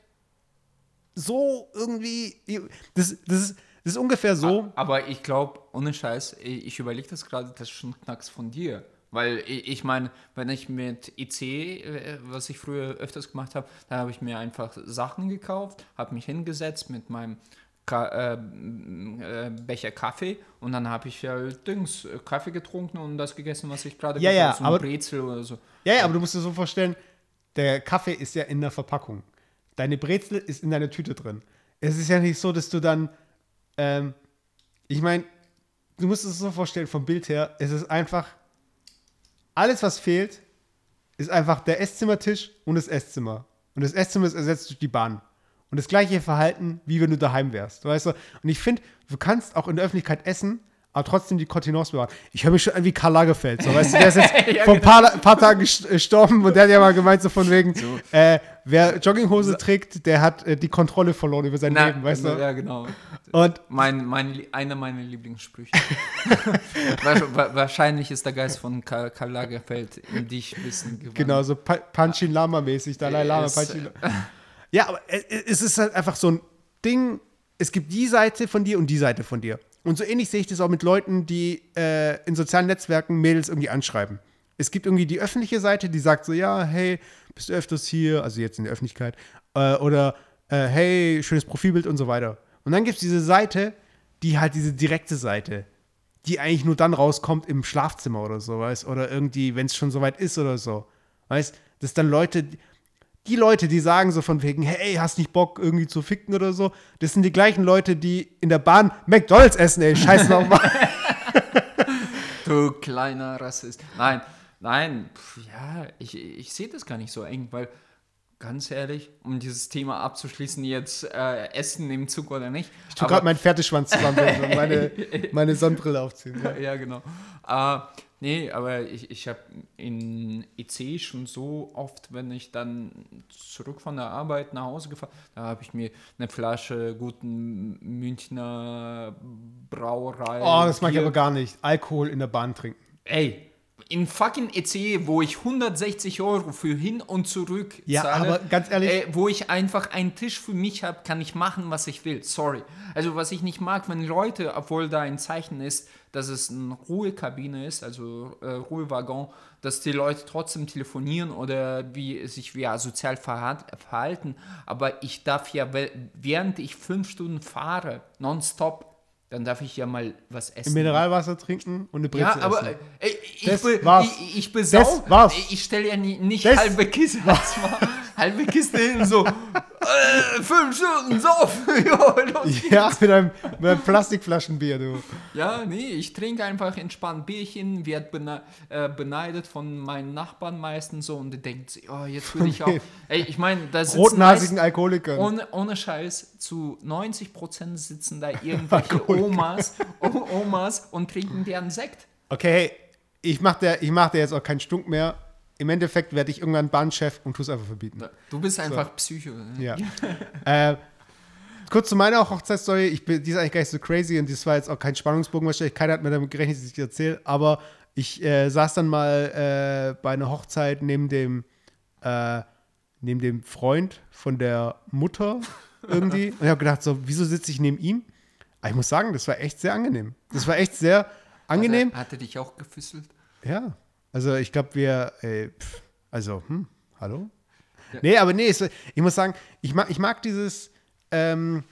so irgendwie, das, das, ist, das ist ungefähr so. Aber ich glaube, ohne Scheiß, ich, ich überlege das gerade, das ist schon Knacks von dir. Weil ich, ich meine, wenn ich mit I C, äh, was ich früher öfters gemacht habe, da habe ich mir einfach Sachen gekauft, habe mich hingesetzt mit meinem Ka- äh, äh, Becher Kaffee und dann habe ich halt Dings, äh, Kaffee getrunken und das gegessen, was ich gerade Ja, gegessen ja, habe, so ein aber- Brezel oder so. Ja, ja, aber du musst dir so vorstellen, der Kaffee ist ja in der Verpackung. Deine Brezel ist in deiner Tüte drin. Es ist ja nicht so, dass du dann, ähm, ich meine, du musst es so vorstellen, vom Bild her, es ist einfach, alles, was fehlt, ist einfach der Esszimmertisch und das Esszimmer. Und das Esszimmer ist ersetzt durch die Bahn. Und das gleiche Verhalten, wie wenn du daheim wärst. Weißt du? Und ich finde, du kannst auch in der Öffentlichkeit essen, aber trotzdem die Kontenance bewahren. Ich höre mich schon an wie Karl Lagerfeld. So, weißt du, der ist jetzt Ja, vor ein genau. paar, paar Tagen gest- gestorben und der hat ja mal gemeint, so von wegen, So. äh, wer Jogginghose trägt, der hat äh, die Kontrolle verloren über sein Na, Leben, weißt du? Ja, genau. Und Mein, mein, einer meiner Lieblingssprüche. Wahrsch- wa- Wahrscheinlich ist der Geist von Karl, Karl Lagerfeld in dich wissen gewandert. genau, so Pa- Panchin Lama-mäßig, Dalai Lama, Es- Panchin Lama. Ja, aber es, es ist halt einfach so ein Ding, es gibt die Seite von dir und die Seite von dir. Und so ähnlich sehe ich das auch mit Leuten, die äh, in sozialen Netzwerken Mädels irgendwie anschreiben. Es gibt irgendwie die öffentliche Seite, die sagt so, ja, hey, bist du öfters hier, also jetzt in der Öffentlichkeit, äh, oder äh, hey, schönes Profilbild und so weiter. Und dann gibt es diese Seite, die halt diese direkte Seite, die eigentlich nur dann rauskommt im Schlafzimmer oder so, weißt, oder irgendwie, wenn es schon soweit ist oder so. Weißt, das ist dann Leute, die Leute, die sagen so von wegen, hey, hast nicht Bock irgendwie zu ficken oder so, das sind die gleichen Leute, die in der Bahn McDonalds essen, ey, scheiß nochmal. Du kleiner Rassist. Nein, nein, pf, ja, ich, ich sehe das gar nicht so eng, weil ganz ehrlich, um dieses Thema abzuschließen, jetzt äh, Essen im Zug oder nicht. Ich tue gerade meinen Pferdeschwanz zusammen und meine, meine Sonnenbrille aufziehen. Ja. Ja, genau. Äh, nee, aber ich, ich habe in I C schon so oft, wenn ich dann zurück von der Arbeit nach Hause gefahren, da habe ich mir eine Flasche guten Münchner Brauerei. Oh, das mag ich Bier- aber gar nicht. Alkohol in der Bahn trinken. Ey, in fucking E C, wo ich hundertsechzig Euro für hin und zurück Ja, zahle, aber ganz ehrlich- ey, wo ich einfach einen Tisch für mich habe, kann ich machen, was ich will. Sorry. Also was ich nicht mag, wenn Leute, obwohl da ein Zeichen ist, dass es eine Ruhekabine ist, also äh, Ruhewaggon, dass die Leute trotzdem telefonieren oder wie sich wie asozial verhalt- verhalten. Aber ich darf ja, we- während ich fünf Stunden fahre, nonstop, dann darf ich ja mal was essen. Mineralwasser trinken und eine Brezel Ja, aber essen. äh, ich, Das be, war's. ich, ich besau, Das war's. ich stelle ja nie, nicht Das halbe Kiste, das war halbe Kiste hin, so äh, fünf Stunden saufen. Ja, los Ja, mit einem, mit einem Plastikflaschenbier, du. Ja, nee, ich trinke einfach entspannt Bierchen, werde bene äh, beneidet von meinen Nachbarn meistens so und die denken sich, oh, jetzt will ich auch. Ey, ich meine, da sitzen Rotnasigen meist, Alkoholikern. ohne, ohne Scheiß, zu neunzig Prozent sitzen da irgendwelche Omas, o Omas und trinken deren Sekt. Okay, hey, ich mach dir, ich mach dir jetzt auch keinen Stunk mehr. Im Endeffekt werde ich irgendwann Bahnchef und tu es einfach verbieten. Du bist einfach so. Psycho. Ne? Ja. äh, kurz zu meiner Hochzeitsstory. Ich bin, die ist eigentlich gar nicht so crazy und das war jetzt auch kein Spannungsbogen wahrscheinlich. Keiner hat mir damit gerechnet, dass ich das erzähle. Aber ich äh, saß dann mal äh, bei einer Hochzeit neben dem, äh, neben dem Freund von der Mutter irgendwie. Und ich habe gedacht, so, wieso sitze ich neben ihm? Aber ich muss sagen, das war echt sehr angenehm. Das war echt sehr angenehm. Hat er, hat er dich auch gefüßelt? Ja. Also ich glaube, wir, ey, pff, also, hm, hallo? Ja. Nee, aber nee, es, ich muss sagen, ich mag, ich mag dieses ähm,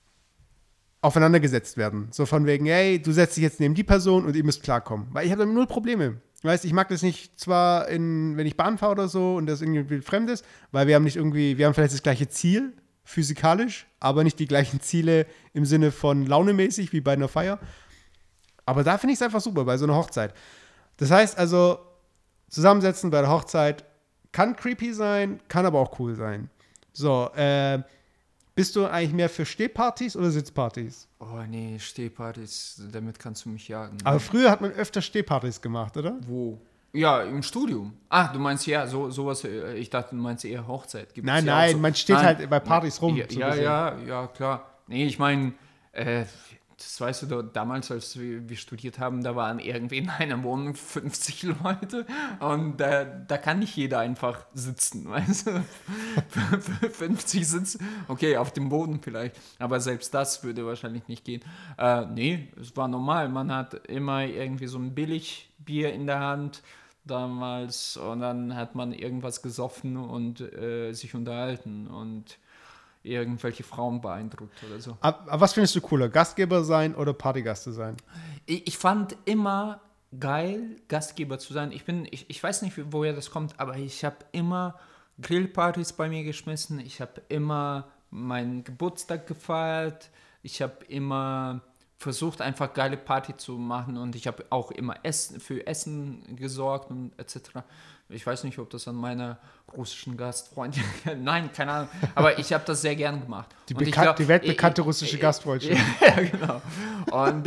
aufeinandergesetzt werden. So von wegen, hey, du setzt dich jetzt neben die Person und ihr müsst klarkommen. Weil ich habe damit null Probleme. Weißt, ich mag das nicht zwar, in, wenn ich Bahn fahre oder so und das irgendwie fremd ist, weil wir haben nicht irgendwie, wir haben vielleicht das gleiche Ziel, physikalisch, aber nicht die gleichen Ziele im Sinne von launemäßig wie bei einer Feier. Aber da finde ich es einfach super, bei so einer Hochzeit. Das heißt also, zusammensetzen bei der Hochzeit kann creepy sein, kann aber auch cool sein. So, äh, bist du eigentlich mehr für Stehpartys oder Sitzpartys? Oh nee, Stehpartys, damit kannst du mich jagen. Aber früher hat man öfter Stehpartys gemacht, oder? Wo? Ja, im Studium. Ah, du meinst ja, so, sowas, ich dachte, du meinst eher Hochzeit. Gibt's nein, ja nein, so. man steht nein, halt bei Partys rum. Ja, so ja, ja, ja, klar. Nee, ich meine, äh, das weißt du, damals, als wir, wir studiert haben, da waren irgendwie in einer Wohnung fünfzig Leute und da, da kann nicht jeder einfach sitzen, weißt du? fünfzig sitzen, okay, auf dem Boden vielleicht, aber selbst das würde wahrscheinlich nicht gehen. Äh, nee, es war normal, man hat immer irgendwie so ein Billigbier in der Hand damals und dann hat man irgendwas gesoffen und äh, sich unterhalten und irgendwelche Frauen beeindruckt oder so. Aber was findest du cooler, Gastgeber sein oder Partygast zu sein? Ich, ich fand immer geil, Gastgeber zu sein. Ich bin, ich, ich weiß nicht, woher das kommt, aber ich habe immer Grillpartys bei mir geschmissen. Ich habe immer meinen Geburtstag gefeiert. Ich habe immer versucht, einfach geile Party zu machen und ich habe auch immer Essen, für Essen gesorgt und et cetera. Ich weiß nicht, ob das an meiner russischen Gastfreundin, nein, keine Ahnung, aber ich habe das sehr gern gemacht. Die, und ich glaub, glaub, die weltbekannte ich, russische ich, Gastfreundschaft. Ja, genau. Und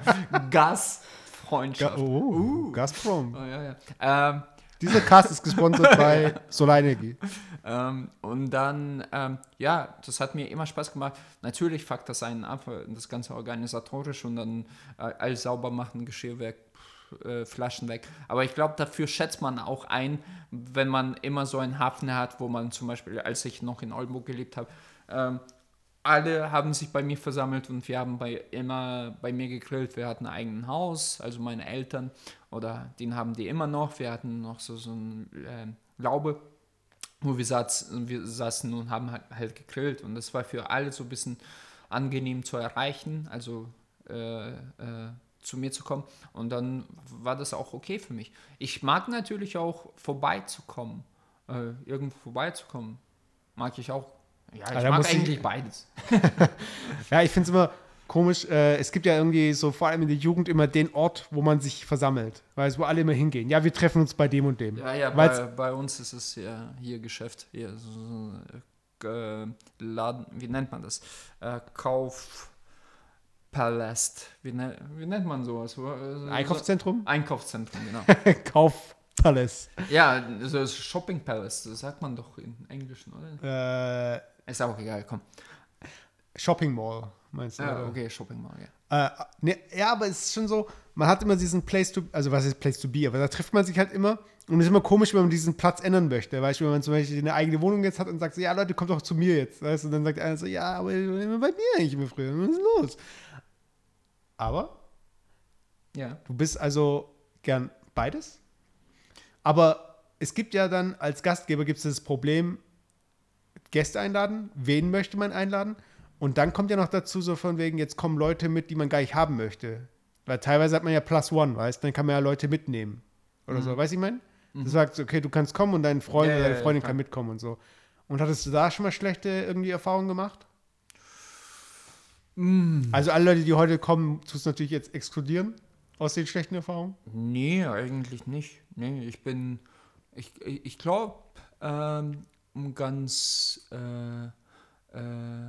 Gastfreundschaft. Ga oh, uh. Gazprom. Oh, ja, ja. Ähm, Dieser Cast ist gesponsert bei Solarenergie. Ähm, und dann, ähm, ja, das hat mir immer Spaß gemacht. Natürlich fuckt das einen ab, das Ganze organisatorisch und dann äh, alles sauber machen, Geschirr weg, äh, Flaschen weg. Aber ich glaube, dafür schätzt man auch ein, wenn man immer so einen Hafen hat, wo man zum Beispiel, als ich noch in Oldenburg gelebt habe, ähm, alle haben sich bei mir versammelt und wir haben bei, immer bei mir gegrillt. Wir hatten ein eigenes Haus, also meine Eltern, oder den haben die immer noch. Wir hatten noch so, so ein äh, Laube, wo wir, saß, wir saßen und haben halt, halt gegrillt. Und das war für alle so ein bisschen angenehm zu erreichen, also äh, äh, zu mir zu kommen. Und dann war das auch okay für mich. Ich mag natürlich auch vorbeizukommen, äh, irgendwo vorbeizukommen. Mag ich auch. Ja, ich also mag eigentlich ich, beides. Ja, ich finde es immer komisch. Äh, es gibt ja irgendwie so, vor allem in der Jugend, immer den Ort, wo man sich versammelt. Weißt, wo alle immer hingehen. Ja, wir treffen uns bei dem und dem. Ja, ja, bei, bei uns ist es ja hier Geschäft. Hier so, so, äh, Laden, wie nennt man das? Äh, Kaufpalast. Wie, ne, wie nennt man sowas? Einkaufszentrum? Einkaufszentrum, genau. Kauf. Palace. Ja, so Shopping Palace, das sagt man doch im Englischen, oder? Äh, Ist auch egal, komm. Shopping Mall, meinst du? Ja, okay, Shopping Mall, ja. Äh, ne, ja, aber es ist schon so, man hat immer diesen Place to, also was ist Place to be, aber da trifft man sich halt immer und es ist immer komisch, wenn man diesen Platz ändern möchte, weißt du, wenn man zum Beispiel eine eigene Wohnung jetzt hat und sagt so, ja Leute, kommt doch zu mir jetzt, weißt du, und dann sagt einer so, ja, aber immer bei mir eigentlich immer früher, was ist los? Aber ja. Du bist also gern beides? Aber es gibt ja dann, als Gastgeber gibt es das Problem, Gäste einladen, wen möchte man einladen? Und dann kommt ja noch dazu so von wegen, jetzt kommen Leute mit, die man gar nicht haben möchte. Weil teilweise hat man ja Plus One, weißt du, dann kann man ja Leute mitnehmen. Oder mhm. so, weißt du, ich meine? Mhm. Du sagst, okay, du kannst kommen und dein Freund ja, oder deine Freundin ja, kann mitkommen und so. Und hattest du da schon mal schlechte irgendwie Erfahrungen gemacht? Mm. Also alle Leute, die heute kommen, tust du natürlich jetzt exkludieren aus den schlechten Erfahrungen? Nee, eigentlich nicht. Nee, ich bin, ich, ich glaube, ähm, um ganz, äh, äh,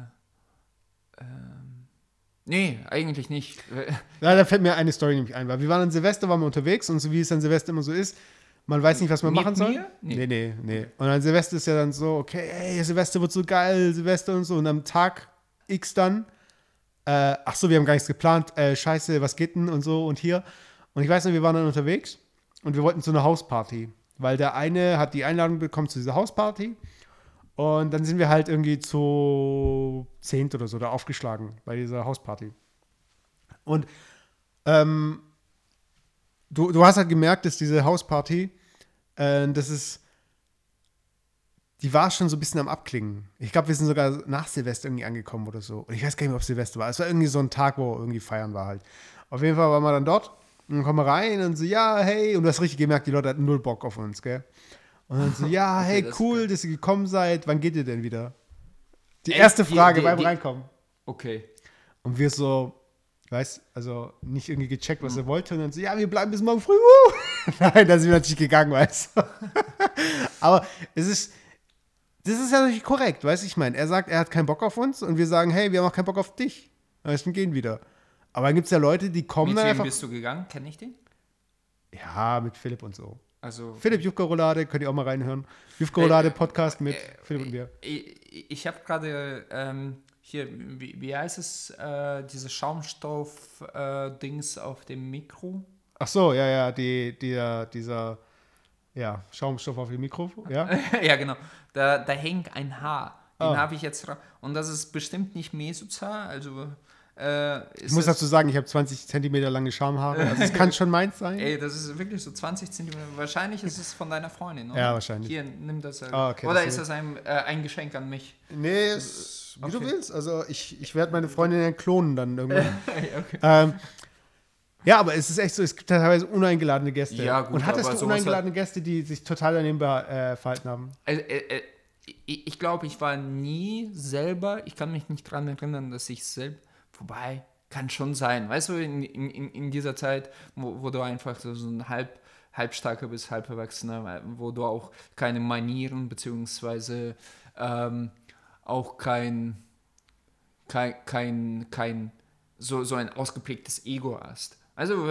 ähm, nee, eigentlich nicht. Ja, da fällt mir eine Story nämlich ein, weil wir waren an Silvester, waren wir unterwegs und so wie es an Silvester immer so ist, man weiß nicht, was man Mit machen soll. Mir? Nee. nee, nee, nee. Und an Silvester ist ja dann so, okay, ey, Silvester wird so geil, Silvester und so. Und am Tag X dann, äh, ach so, wir haben gar nichts geplant, äh, scheiße, was geht denn und so und hier. Und ich weiß nicht, wir waren dann unterwegs und wir wollten zu einer Hausparty, weil der eine hat die Einladung bekommen zu dieser Hausparty. Und dann sind wir halt irgendwie zu zehnt oder so da aufgeschlagen bei dieser Hausparty. Und ähm, du, du hast halt gemerkt, dass diese Hausparty, äh, das ist, die war schon so ein bisschen am Abklingen. Ich glaube, wir sind sogar nach Silvester irgendwie angekommen oder so. Und ich weiß gar nicht mehr, ob Silvester war. Es war irgendwie so ein Tag, wo irgendwie feiern war halt. Auf jeden Fall waren wir dann dort und dann kommen wir rein und so, ja, hey. Und du hast richtig gemerkt, die Leute hatten null Bock auf uns, gell? Und dann so, ja, okay, hey, das cool, dass ihr gekommen seid. Wann geht ihr denn wieder? Die Echt? erste Frage die, die, beim die, Reinkommen. Okay. Und wir so, weißt, also nicht irgendwie gecheckt, was mhm. er wollte. Und dann so, ja, wir bleiben bis morgen früh. Nein, da sind wir natürlich gegangen, weißt du. Aber es ist, das ist ja natürlich korrekt, weißt du, ich meine, er sagt, er hat keinen Bock auf uns und wir sagen, hey, wir haben auch keinen Bock auf dich. Weißt du, wir gehen wieder. Aber dann gibt es ja Leute, die kommen Mit wem einfach. Bist du gegangen? Kenn ich den? Ja, mit Philipp und so. Also, Philipp Jufka-Roulade, könnt ihr auch mal reinhören. Jufka-Roulade, äh, Podcast mit äh, Philipp und mir. Ich, ich habe gerade ähm, hier, wie, wie heißt es, äh, diese Schaumstoff-Dings äh, auf dem Mikro? Ach so, ja, ja, die, die, dieser, ja, Schaumstoff auf dem Mikro, ja. Ja, genau. Da, da hängt ein Haar. Den ah. habe ich jetzt, und das ist bestimmt nicht Mesozahl, also Äh, ich muss dazu sagen, ich habe zwanzig Zentimeter lange Schamhaare. Also es kann schon meins sein. Ey, das ist wirklich so zwanzig Zentimeter. Wahrscheinlich ist es von deiner Freundin, oder? Ja, wahrscheinlich. Hier, nimm das. Äh, ah, okay, oder das ist das ein, äh, ein Geschenk an mich? Nee, es, wie okay. du willst. Also ich, ich werde meine Freundin dann klonen dann irgendwann. okay. ähm, ja, aber es ist echt so, es gibt teilweise uneingeladene Gäste. Ja, gut, und hattest du uneingeladene hat... Gäste, die sich total daneben äh, verhalten haben? Äh, äh, ich ich glaube, ich war nie selber, ich kann mich nicht daran erinnern, dass ich selbst, wobei... Kann schon sein, weißt du, in, in, in dieser Zeit, wo, wo du einfach so, so ein halb, halbstarker bist, halb Erwachsener, wo du auch keine Manieren beziehungsweise ähm, auch kein, kein, kein, kein so, so ein ausgeprägtes Ego hast. Also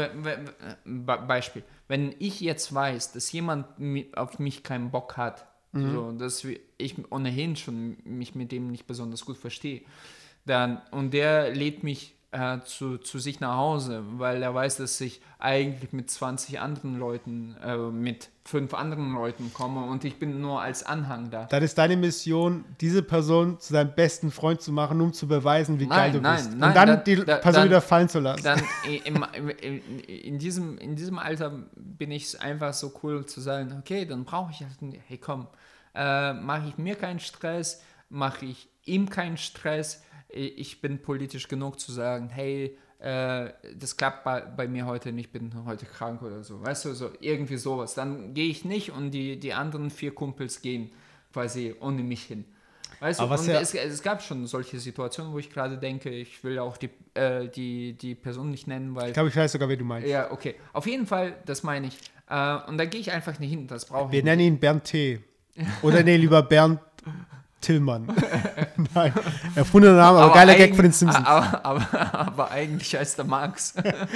Beispiel, wenn ich jetzt weiß, dass jemand auf mich keinen Bock hat, mhm. so, dass ich ohnehin schon mich mit dem nicht besonders gut verstehe, dann, und der lädt mich Äh, zu, zu sich nach Hause, weil er weiß, dass ich eigentlich mit zwanzig anderen Leuten, äh, mit fünf anderen Leuten komme und ich bin nur als Anhang da. Dann ist deine Mission, diese Person zu deinem besten Freund zu machen, um zu beweisen, wie nein, geil du nein, bist. Nein, und dann dann, die da, Person dann, wieder fallen zu lassen. Dann im, im, in, in, diesem, in diesem Alter bin ich einfach so cool zu sagen, okay, dann brauche ich, hey komm, äh, mache ich mir keinen Stress, mache ich ihm keinen Stress. Ich bin politisch genug zu sagen, hey, äh, das klappt bei, bei mir heute nicht, ich bin heute krank oder so, weißt du, so irgendwie sowas. Dann gehe ich nicht und die, die anderen vier Kumpels gehen quasi ohne mich hin. Weißt du, und ja es, es gab schon solche Situationen, wo ich gerade denke, ich will auch die, äh, die, die Person nicht nennen, weil... Ich glaube, ich weiß sogar, wen du meinst. Ja, okay. Auf jeden Fall, das meine ich. Äh, und da gehe ich einfach nicht hin, das brauche ich Wir nicht. nennen ihn Bernd T. Oder nee, lieber Bernd... Tillmann. Nein, erfundener Name, aber, aber geiler Gag von den Simpsons. Aber, aber, aber eigentlich heißt er Marx.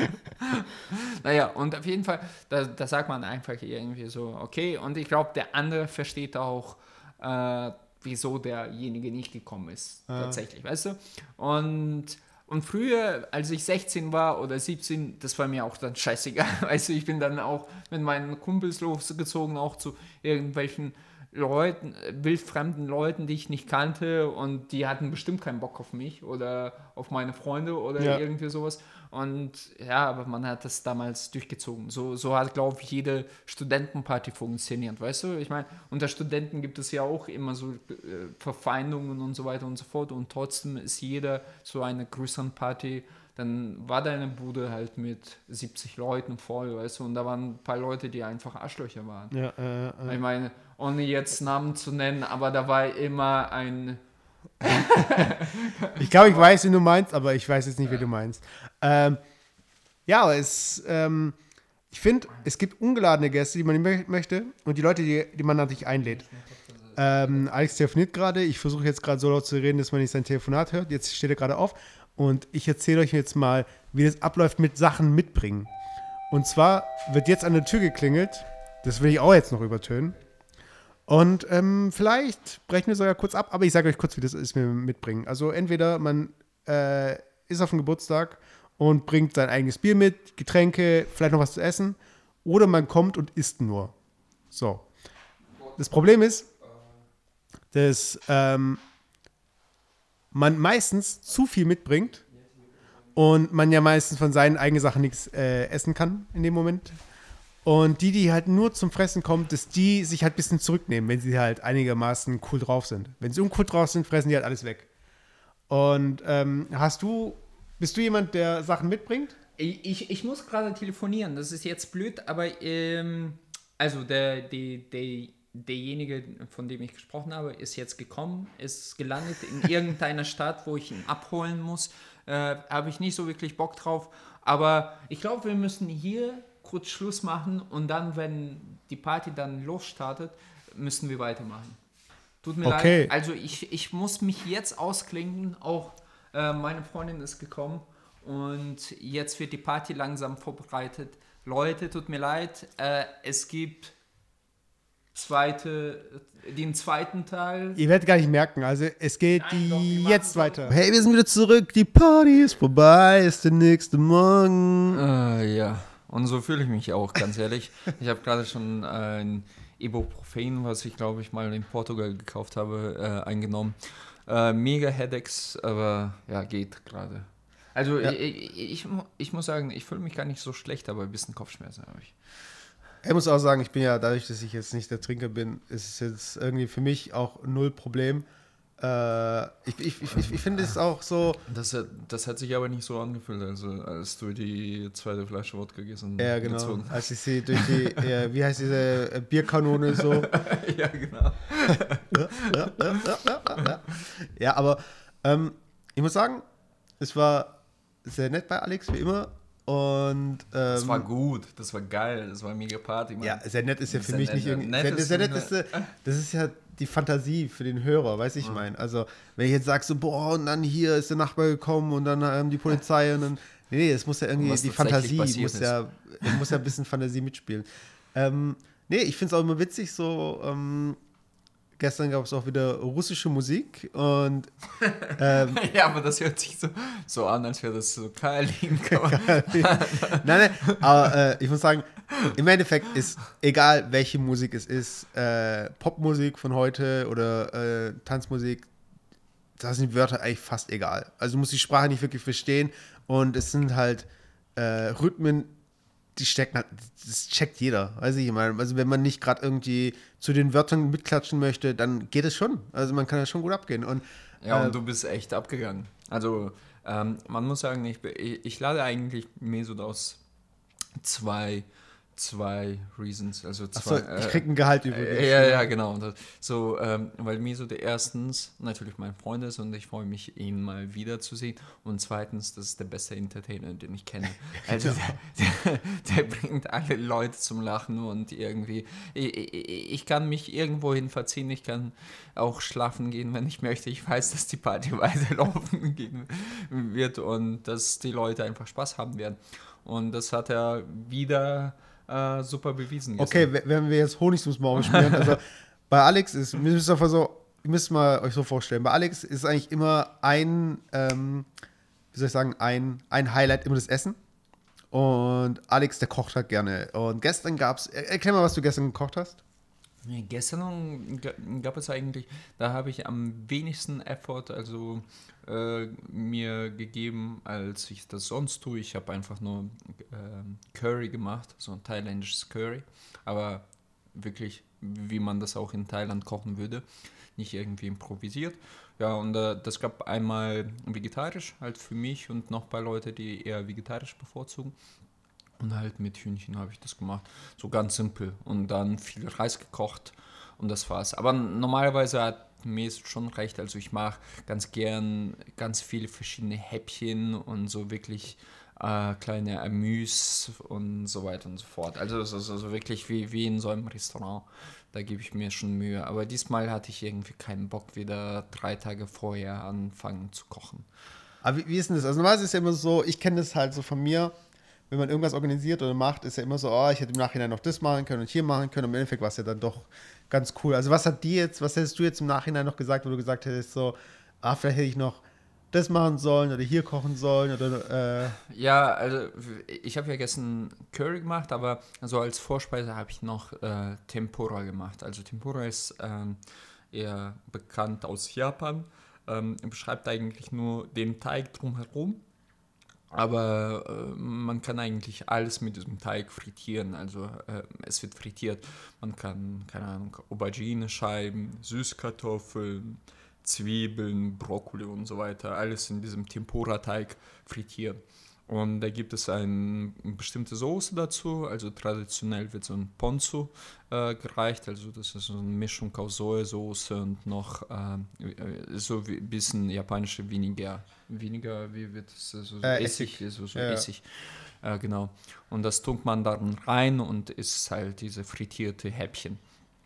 Naja, und auf jeden Fall, da, da sagt man einfach irgendwie so, okay, und ich glaube, der andere versteht auch, äh, wieso derjenige nicht gekommen ist, ah. tatsächlich, weißt du? Und, und früher, als ich sechzehn war oder siebzehn, das war mir auch dann scheißegal, weißt du, ich bin dann auch mit meinen Kumpels losgezogen, auch zu irgendwelchen Leuten, wildfremden Leuten, die ich nicht kannte und die hatten bestimmt keinen Bock auf mich oder auf meine Freunde oder Ja. irgendwie sowas. Und ja, aber man hat das damals durchgezogen. So, so hat, glaube ich, jede Studentenparty funktioniert, weißt du? Ich meine, unter Studenten gibt es ja auch immer so äh, Verfeindungen und so weiter und so fort und trotzdem ist jeder so eine größere Party, dann war deine Bude halt mit siebzig Leuten voll, weißt du, und da waren ein paar Leute, die einfach Arschlöcher waren. Ja, äh, äh. Ich meine, ohne jetzt Namen zu nennen, aber da war immer ein... Ich glaube, ich weiß, wie du meinst, aber ich weiß jetzt nicht, wie du meinst. Ähm, ja, aber es, ähm, ich finde, es gibt ungeladene Gäste, die man nicht möchte und die Leute, die, die man natürlich einlädt. Ähm, Alex telefoniert gerade. Ich versuche jetzt gerade so laut zu reden, dass man nicht sein Telefonat hört. Jetzt steht er gerade auf und ich erzähle euch jetzt mal, wie das abläuft mit Sachen mitbringen. Und zwar wird jetzt an der Tür geklingelt. Das will ich auch jetzt noch übertönen. Und ähm, vielleicht brechen wir sogar kurz ab, aber ich sage euch kurz, wie das ist mit dem Mitbringen. Also entweder man äh, ist auf dem Geburtstag und bringt sein eigenes Bier mit, Getränke, vielleicht noch was zu essen, oder man kommt und isst nur. So. Das Problem ist, dass ähm, man meistens zu viel mitbringt und man ja meistens von seinen eigenen Sachen nichts äh, essen kann in dem Moment. Und die, die halt nur zum Fressen kommen, dass die sich halt ein bisschen zurücknehmen, wenn sie halt einigermaßen cool drauf sind. Wenn sie uncool drauf sind, fressen die halt alles weg. Und ähm, hast du, bist du jemand, der Sachen mitbringt? Ich, ich, ich muss gerade telefonieren, das ist jetzt blöd, aber ähm, also der, der, der, derjenige, von dem ich gesprochen habe, ist jetzt gekommen, ist gelandet in irgendeiner Stadt, wo ich ihn abholen muss. Äh, habe ich nicht so wirklich Bock drauf, aber ich glaube, wir müssen hier kurz Schluss machen und dann, wenn die Party dann losstartet, müssen wir weitermachen. Tut mir Okay. leid. Also ich, ich muss mich jetzt ausklinken. Auch äh, meine Freundin ist gekommen und jetzt wird die Party langsam vorbereitet. Leute, tut mir leid. Äh, es gibt zweite, den zweiten Teil. Ihr werdet gar nicht merken, also es geht Nein, doch, wir machen jetzt so- weiter. Hey, wir sind wieder zurück. Die Party ist vorbei. Ist der nächste Morgen. Äh, ja, und so fühle ich mich auch, ganz ehrlich. Ich habe gerade schon ein Ibuprofen, was ich glaube ich mal in Portugal gekauft habe, äh, eingenommen. Äh, mega Headaches, aber ja, geht gerade. Also Ja. ich, ich, ich, ich muss sagen, ich fühle mich gar nicht so schlecht, aber ein bisschen Kopfschmerzen habe ich. Ich muss auch sagen, ich bin ja, dadurch, dass ich jetzt nicht der Trinker bin, ist es jetzt irgendwie für mich auch null Problem. Äh, ich ich, ich, ich finde es auch so, Das, hat- das hat sich aber nicht so angefühlt, also als du die zweite Flasche Wodka gegessen ja genau, gezogen. als ich sie durch die, äh, wie heißt diese äh, Bierkanone so. Ja, genau. Ja, aber ähm, ich muss sagen, es war sehr nett bei Alex, wie immer. Und ähm, Das war gut, das war geil, das war eine mega Party, Mann. ja, sehr nett ist ja für Sehr mich nett, nicht ja. irgendwie. Nett Sehr, ist sehr nett eine- ist, äh, das ist ja die Fantasie für den Hörer, weiß ich mein. Also, wenn ich jetzt sage, so, boah, und dann hier ist der Nachbar gekommen und dann ähm, die Polizei und dann. Nee, nee, es muss ja irgendwie, Was die tatsächlich Fantasie passiert muss ist. ja, muss ja ein bisschen Fantasie mitspielen. Ähm, nee, ich finde es auch immer witzig, so, ähm, gestern gab es auch wieder russische Musik und ähm, Ja, aber das hört sich so, so an, als wäre das so Kaolin. nein, nein, aber äh, ich muss sagen, im Endeffekt ist egal, welche Musik es ist, äh, Popmusik von heute oder äh, Tanzmusik, da sind die Wörter eigentlich fast egal. Also du musst die Sprache nicht wirklich verstehen und es sind halt äh, Rhythmen, die stecken halt, das checkt jeder, weiß ich meine. Also wenn man nicht gerade irgendwie zu den Wörtern mitklatschen möchte, dann geht es schon. Also man kann ja schon gut abgehen. Und Ja, äh, und du bist echt abgegangen. Also, ähm, man muss sagen, ich, ich, ich lade eigentlich Mesut aus zwei, zwei Reasons. Also zwei, achso, ich krieg ein Gehalt übrigens. Äh, ja, ja, genau. Und das- So, ähm, weil Mesut erstens natürlich mein Freund ist und ich freue mich, ihn mal wiederzusehen. Und zweitens, das ist der beste Entertainer, den ich kenne. Also der, der, der bringt alle Leute zum Lachen und irgendwie, ich, ich, ich kann mich irgendwohin verziehen, ich kann auch schlafen gehen, wenn ich möchte. Ich weiß, dass die Party weiterlaufen gehen wird und dass die Leute einfach Spaß haben werden. Und das hat er wieder äh, super bewiesen. Okay, w- wenn wir jetzt Honig ums Maul schmieren, also bei Alex ist, ihr müsst einfach so, ihr müsst mal euch so vorstellen, bei Alex ist eigentlich immer ein, ähm, wie soll ich sagen, ein, ein Highlight immer das Essen. Und Alex, der kocht halt gerne. Und gestern gab's, er- erklär mal, was du gestern gekocht hast. Nee, gestern g- gab es eigentlich, da habe ich am wenigsten Effort also äh, mir gegeben, als ich das sonst tue. Ich habe einfach nur ähm, Curry gemacht, so ein thailändisches Curry, aber wirklich, wie man das auch in Thailand kochen würde, nicht irgendwie improvisiert. Ja, und äh, das gab einmal vegetarisch, halt für mich und noch ein paar Leute, die eher vegetarisch bevorzugen. Und halt mit Hühnchen habe ich das gemacht. So ganz simpel. Und dann viel Reis gekocht und das war's. Aber normalerweise hat mir ist schon recht. Also ich mache ganz gern ganz viele verschiedene Häppchen und so wirklich äh, kleine Amüs und so weiter und so fort. Also so, so, so wirklich wie, wie in so einem Restaurant. Da gebe ich mir schon Mühe. Aber diesmal hatte ich irgendwie keinen Bock, wieder drei Tage vorher anfangen zu kochen. Aber wie, wie ist denn das? Also normalerweise ist es ja immer so, ich kenne das halt so von mir, wenn man irgendwas organisiert oder macht, ist ja immer so, oh, ich hätte im Nachhinein noch das machen können und hier machen können. Und im Endeffekt war es ja dann doch ganz cool. Also was hat die jetzt, was hättest du jetzt im Nachhinein noch gesagt, wo du gesagt hättest, so, ah, vielleicht hätte ich noch das machen sollen oder hier kochen sollen oder, äh, Ja, also ich habe ja gestern Curry gemacht, aber so als Vorspeise habe ich noch äh, Tempura gemacht. Also Tempura ist ähm, eher bekannt aus Japan, ähm, beschreibt eigentlich nur den Teig drumherum. Aber äh, man kann eigentlich alles mit diesem Teig frittieren. Also äh, es wird frittiert. Man kann, keine Ahnung, Aubergine-Scheiben, Süßkartoffeln, Zwiebeln, Brokkoli und so weiter, alles in diesem Tempura-Teig frittieren. Und da gibt es eine bestimmte Soße dazu. Also traditionell wird so ein Ponzu äh, gereicht. Also das ist so eine Mischung aus Sojasauce und noch äh, so ein bisschen japanische Weniger. Weniger, wie wird es? So, so Äh, Essig, Essig. so, so Ja. Essig. Äh, genau. Und das tunkt man dann rein und isst halt diese frittierte Häppchen.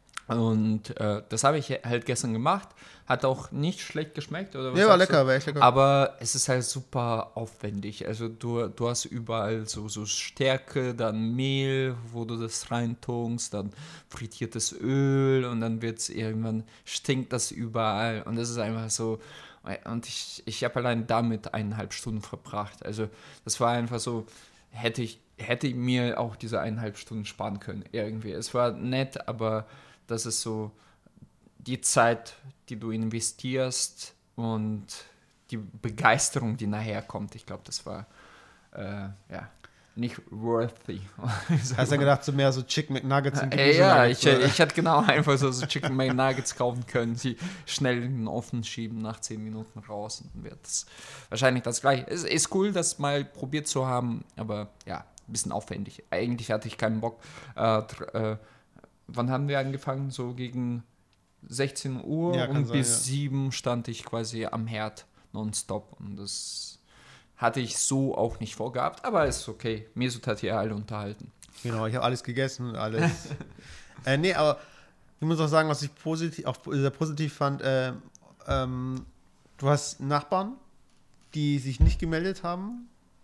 Und äh, das habe ich halt gestern gemacht. Hat auch nicht schlecht geschmeckt. Oder was ja, war sagst du? lecker, war echt lecker. Aber es ist halt super aufwendig. Also du, du hast überall so, so Stärke, dann Mehl, wo du das reintunkst, dann frittiertes Öl und dann wird es irgendwann, stinkt das überall. Und das ist einfach so. Und ich, ich habe allein damit eineinhalb Stunden verbracht. Also das war einfach so, hätte ich, hätte ich mir auch diese eineinhalb Stunden sparen können. Irgendwie. Es war nett, aber das ist so die Zeit, die du investierst und die Begeisterung, die nachher kommt. Ich glaube, das war äh, ja nicht worthy. Hast du gedacht, so mehr so Chicken McNuggets und Äh, ja, Gemüse-Nuggets, ich, oder? ich hätte genau einfach so, so Chicken McNuggets kaufen können, sie schnell in den Ofen schieben, nach zehn Minuten raus und dann wird es wahrscheinlich das gleiche. Es ist cool, das mal probiert zu haben, aber ja, ein bisschen aufwendig. Eigentlich hatte ich keinen Bock. Äh, tr- äh, wann haben wir angefangen? So gegen sechzehn Uhr Ja, kann und sein, bis ja. sieben stand ich quasi am Herd nonstop und das hatte ich so auch nicht vorgehabt, aber ist okay. Mesut hat hier alle unterhalten. Genau, ich habe alles gegessen und alles. äh, nee, aber ich muss auch sagen, was ich positiv, auch sehr positiv fand, äh, ähm, du hast Nachbarn, die sich nicht gemeldet haben.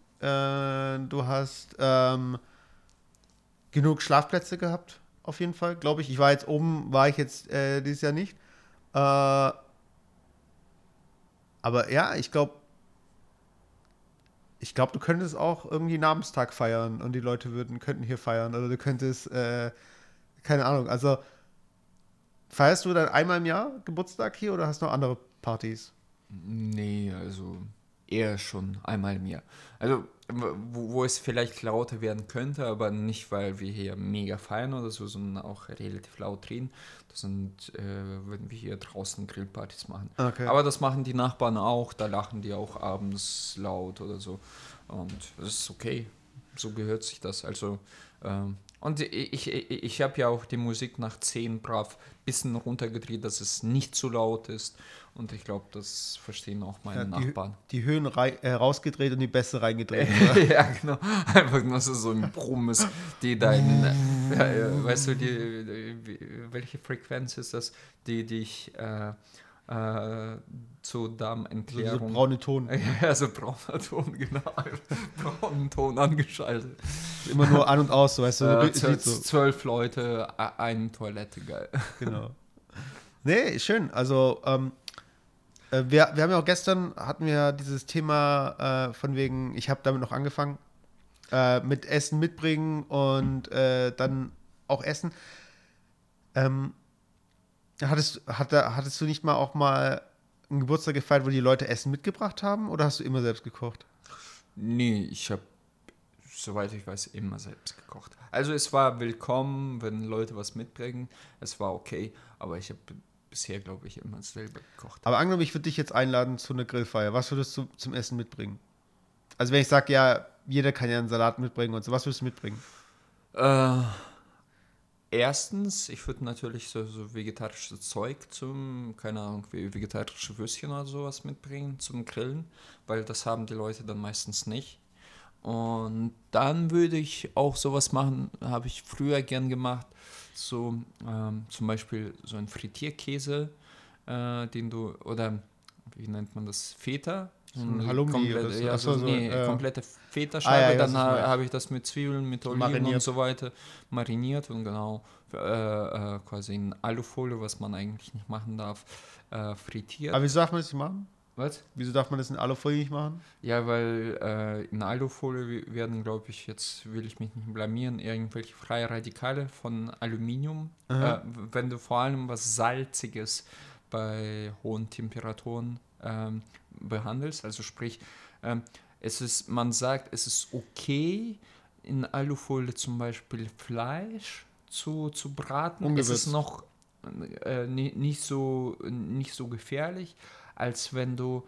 Äh, du hast ähm, genug Schlafplätze gehabt, auf jeden Fall, glaube ich. Ich war jetzt oben, war ich jetzt äh, dieses Jahr nicht. Äh, aber ja, ich glaube, ich glaube, du könntest auch irgendwie Namenstag feiern und die Leute würden, könnten hier feiern. Oder du könntest, äh, keine Ahnung, also feierst du dann einmal im Jahr Geburtstag hier oder hast du noch andere Partys? Nee, also eher schon einmal im Jahr. Also, wo, wo es vielleicht lauter werden könnte, aber nicht, weil wir hier mega feiern oder so, sondern auch relativ laut reden. Das sind, äh, wenn wir hier draußen Grillpartys machen. Okay. Aber das machen die Nachbarn auch, da lachen die auch abends laut oder so. Und das ist okay, so gehört sich das. Also, ähm, und ich, ich, ich habe ja auch die Musik nach zehn brav ein bisschen runtergedreht, dass es nicht zu laut ist. Und ich glaube, das verstehen auch meine Ja, die, Nachbarn. die Höhen rei- äh, rausgedreht und die Bässe reingedreht. Ja, genau. Einfach nur so, so ein Brummes, die dein, ja, ja, weißt du, die, die, welche Frequenz ist das, die dich äh, äh, zur So, so Darmentleerung... braune Ton. Ja, so brauner Ton, genau. Braunen Ton angeschaltet. Immer nur an und aus, so, weißt du. Äh, es sieht so. Zwölf Leute, e- eine Toilette, geil. Genau. Nee, schön. Also, ähm, äh, wir, wir haben ja auch gestern, hatten wir dieses Thema äh, von wegen, ich habe damit noch angefangen, äh, mit Essen mitbringen und äh, dann auch essen. Ähm, Hattest, hatte, hattest du nicht mal auch mal einen Geburtstag gefeiert, wo die Leute Essen mitgebracht haben? Oder hast du immer selbst gekocht? Nee, ich habe, soweit ich weiß, immer selbst gekocht. Also es war willkommen, wenn Leute was mitbringen. Es war okay, aber ich habe bisher, glaube ich, immer selber gekocht. Aber angenommen, ich würde dich jetzt einladen zu einer Grillfeier. Was würdest du zum Essen mitbringen? Also wenn ich sage, ja, jeder kann ja einen Salat mitbringen und so, was würdest du mitbringen? Äh, erstens, ich würde natürlich so, so vegetarisches Zeug zum, keine Ahnung, wie vegetarische Würstchen oder sowas mitbringen zum Grillen, weil das haben die Leute dann meistens nicht. Und dann würde ich auch sowas machen, habe ich früher gern gemacht, so ähm, zum Beispiel so ein Frittierkäse, äh, den du, oder wie nennt man das, Feta? So ein Halloumi oder so. Ja, Ach so, so, so, nee, äh, komplette Ah, ja, Feta-Scheibe, ja, dann das ist ha, nice. habe ich das mit Zwiebeln, mit Oliven Mariniert. und so weiter mariniert und genau äh, äh, quasi in Alufolie, was man eigentlich nicht machen darf, äh, frittiert. Aber wieso darf man das nicht machen? Was? Wieso darf man das in Alufolie nicht machen? Ja, weil äh, in Alufolie werden, glaube ich, jetzt will ich mich nicht blamieren, irgendwelche freie Radikale von Aluminium. Äh, wenn du vor allem was Salziges bei hohen Temperaturen ähm, behandelst, also sprich, ähm, es ist, man sagt, es ist okay, in Alufolie zum Beispiel Fleisch zu, zu braten. Es ist Ungewürzt. noch äh, ni- nicht, so, nicht so gefährlich, als wenn du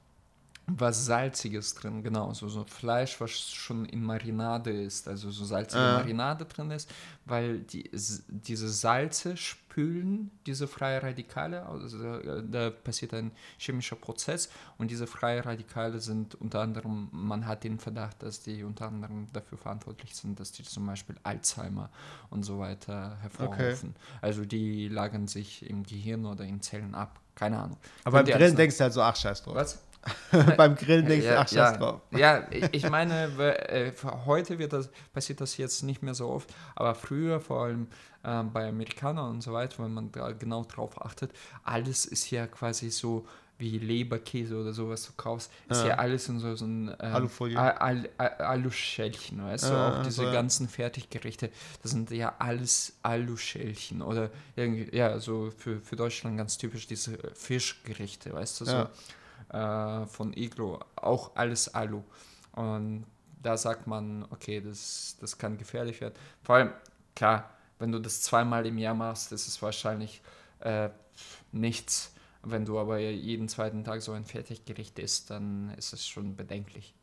was Salziges drin, genau, so, so Fleisch, was schon in Marinade ist, also so salzige Ah. Marinade drin ist, weil die, s- diese Salze spülen diese freie Radikale, also da, da passiert ein chemischer Prozess und diese freie Radikale sind unter anderem, man hat den Verdacht, dass die unter anderem dafür verantwortlich sind, dass die zum Beispiel Alzheimer und so weiter hervorrufen. Also die lagern sich im Gehirn oder in Zellen ab, keine Ahnung. Aber beim Könnt ihr Grillen alles- denkst du halt so, ach, scheiß drauf. Was? Beim Grillen denkst du, Ja, ach, scheiß ja, drauf. ja, ich meine, we- äh, für heute wird das, passiert das jetzt nicht mehr so oft, aber früher, vor allem ähm, bei Amerikanern und so weiter, wenn man da genau drauf achtet, alles ist ja quasi so wie Leberkäse oder sowas du kaufst, ist Ja. ja alles in so, so ein ähm, Alufolie. Al Al Al Aluschälchen, weißt du, Ah, auch diese so, ja. ganzen Fertiggerichte, das sind ja alles Aluschälchen oder irgendwie, ja, so für, für Deutschland ganz typisch diese Fischgerichte, weißt du, so Ja. äh, von Iglo, auch alles Alu. Und da sagt man, okay, das, das kann gefährlich werden. Vor allem, klar, wenn du das zweimal im Jahr machst, ist es wahrscheinlich äh, nichts. Wenn du aber jeden zweiten Tag so ein Fertiggericht isst, dann ist es schon bedenklich.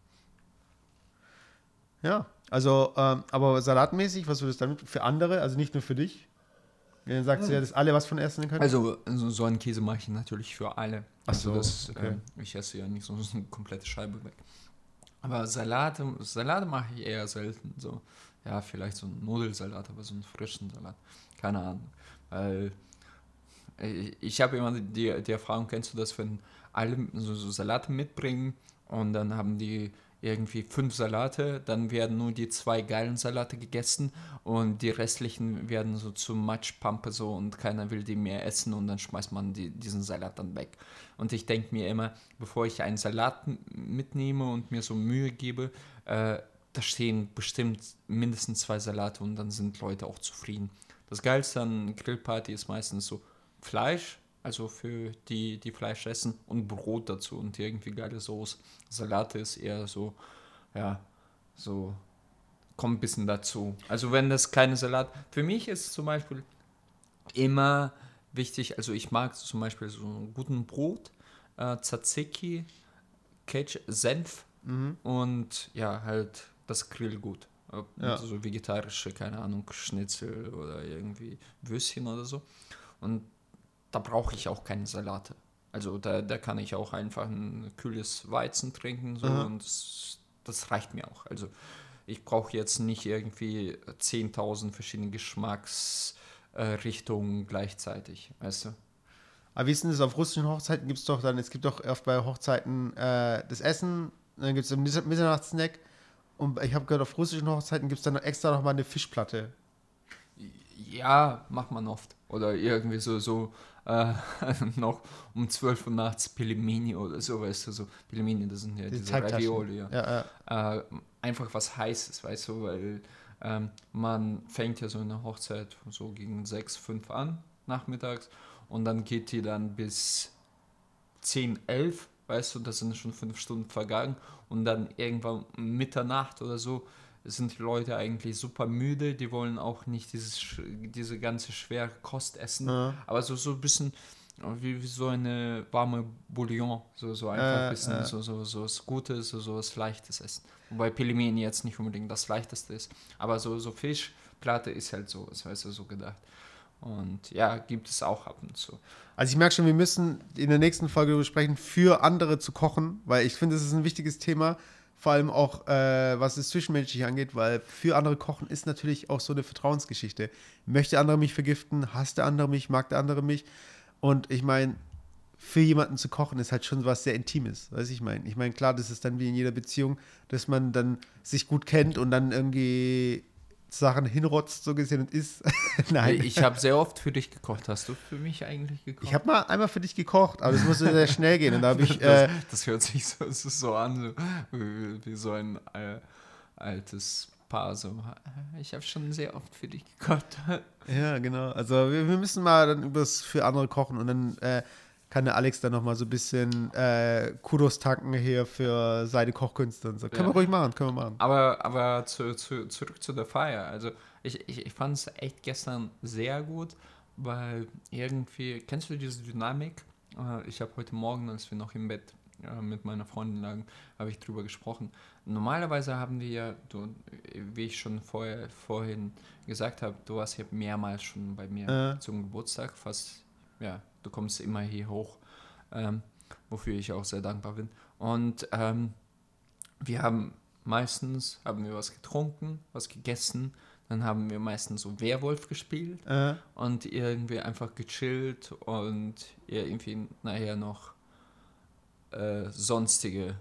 Ja, also, ähm, aber salatmäßig, was würdest du damit für andere, also nicht nur für dich? Wenn du sagst, ja, dass alle was von essen können? Also so, so einen Käse mache ich natürlich für alle. Ach Also so, das, okay. ähm, ich esse ja nicht so eine komplette Scheibe weg. Aber Salate, Salate mache ich eher selten. So, ja, vielleicht so einen Nudelsalat, aber so einen frischen Salat. Keine Ahnung. Weil ich, ich habe immer die, die Erfahrung, kennst du das, wenn alle so, so Salate mitbringen und dann haben die irgendwie fünf Salate, dann werden nur die zwei geilen Salate gegessen und die restlichen werden so zu Matschpampe so und keiner will die mehr essen und dann schmeißt man die, diesen Salat dann weg. Und ich denke mir immer, bevor ich einen Salat m- mitnehme und mir so Mühe gebe, äh, da stehen bestimmt mindestens zwei Salate und dann sind Leute auch zufrieden. Das Geilste an Grillparty ist meistens so Fleisch, also für die, die Fleisch essen und Brot dazu und irgendwie geile Soße. Salate ist eher so, ja, so, kommt ein bisschen dazu. Also wenn das keine Salat, für mich ist zum Beispiel immer wichtig, also ich mag zum Beispiel so einen guten Brot, äh, Tzatziki, Ketchup, Senf und ja, halt das Grillgut. Äh, Ja. So vegetarische, keine Ahnung, Schnitzel oder irgendwie Würstchen oder so. Und da brauche ich auch keine Salate. Also da, da kann ich auch einfach ein kühles Weizen trinken so, Aha. und das, das reicht mir auch. Also ich brauche jetzt nicht irgendwie zehntausend verschiedene Geschmacksrichtungen gleichzeitig, weißt du? Aber wie ist denn das auf russischen Hochzeiten? Gibt es doch dann, es gibt doch oft bei Hochzeiten äh, das Essen, dann gibt es einen Mittag- Mitternachtssnack und ich habe gehört, auf russischen Hochzeiten gibt es dann noch extra nochmal eine Fischplatte. Ja, macht man oft. Oder irgendwie so, so äh, noch um zwölf Uhr nachts Pelmeni oder so, weißt du, so Pelmeni, das sind ja Die diese Teigtaschen. Ravioli, ja. Ja, ja. Äh, einfach was Heißes, weißt du, weil ähm, man fängt ja so eine Hochzeit so gegen sechs, fünf an, nachmittags und dann geht die dann bis zehn, elf, weißt du, das sind schon fünf Stunden vergangen und dann irgendwann Mitternacht oder so sind die Leute eigentlich super müde, die wollen auch nicht dieses, diese ganze schwere Kost essen, Ja. aber so, so ein bisschen wie, wie so eine warme Bouillon, so, so einfach ein Äh, bisschen äh. so, so, so was Gutes, so, so was Leichtes essen. Wobei Pelmeni jetzt nicht unbedingt das Leichteste ist, aber so, so Fischplatte ist halt so, das weißt du, so gedacht. Und ja, gibt es auch ab und zu. Also ich merke schon, wir müssen in der nächsten Folge darüber sprechen, für andere zu kochen, weil ich finde, das ist ein wichtiges Thema, vor allem auch, äh, was das Zwischenmenschliche angeht, weil für andere kochen ist natürlich auch so eine Vertrauensgeschichte. Möchte der andere mich vergiften? Hasst der andere mich? Mag der andere mich? Und ich meine, für jemanden zu kochen ist halt schon was sehr Intimes, weißt du, ich meine. Ich meine, klar, das ist dann wie in jeder Beziehung, dass man dann sich gut kennt und dann irgendwie Sachen hinrotzt, so gesehen, und isst. Nein. Ich habe sehr oft für dich gekocht. Hast du für mich eigentlich gekocht? Ich habe mal einmal für dich gekocht, aber das musste sehr schnell gehen. Und da habe ich. Äh, das, das hört sich so, es ist so an, so, wie, wie so ein äh, altes Paar. So. Ich habe schon sehr oft für dich gekocht. Ja, genau. Also wir, wir müssen mal dann übers für andere kochen und dann äh, kann der Alex dann nochmal so ein bisschen äh, Kudos tanken hier für seine Kochkünste und so. Können Ja. wir ruhig machen, können wir machen. Aber, aber zu, zu, zurück zu der Feier. Also ich, ich, ich fand es echt gestern sehr gut, weil irgendwie, kennst du diese Dynamik? Äh, Ich habe heute Morgen, als wir noch im Bett äh, mit meiner Freundin lagen, habe ich drüber gesprochen. Normalerweise haben wir ja, du, wie ich schon vorher, vorhin gesagt habe, du warst ja mehrmals schon bei mir Äh. zum Geburtstag, fast, ja, du kommst immer hier hoch, ähm, wofür ich auch sehr dankbar bin. Und ähm, wir haben meistens, haben wir was getrunken, was gegessen, dann haben wir meistens so Werwolf gespielt Äh, und irgendwie einfach gechillt und irgendwie nachher noch äh, sonstige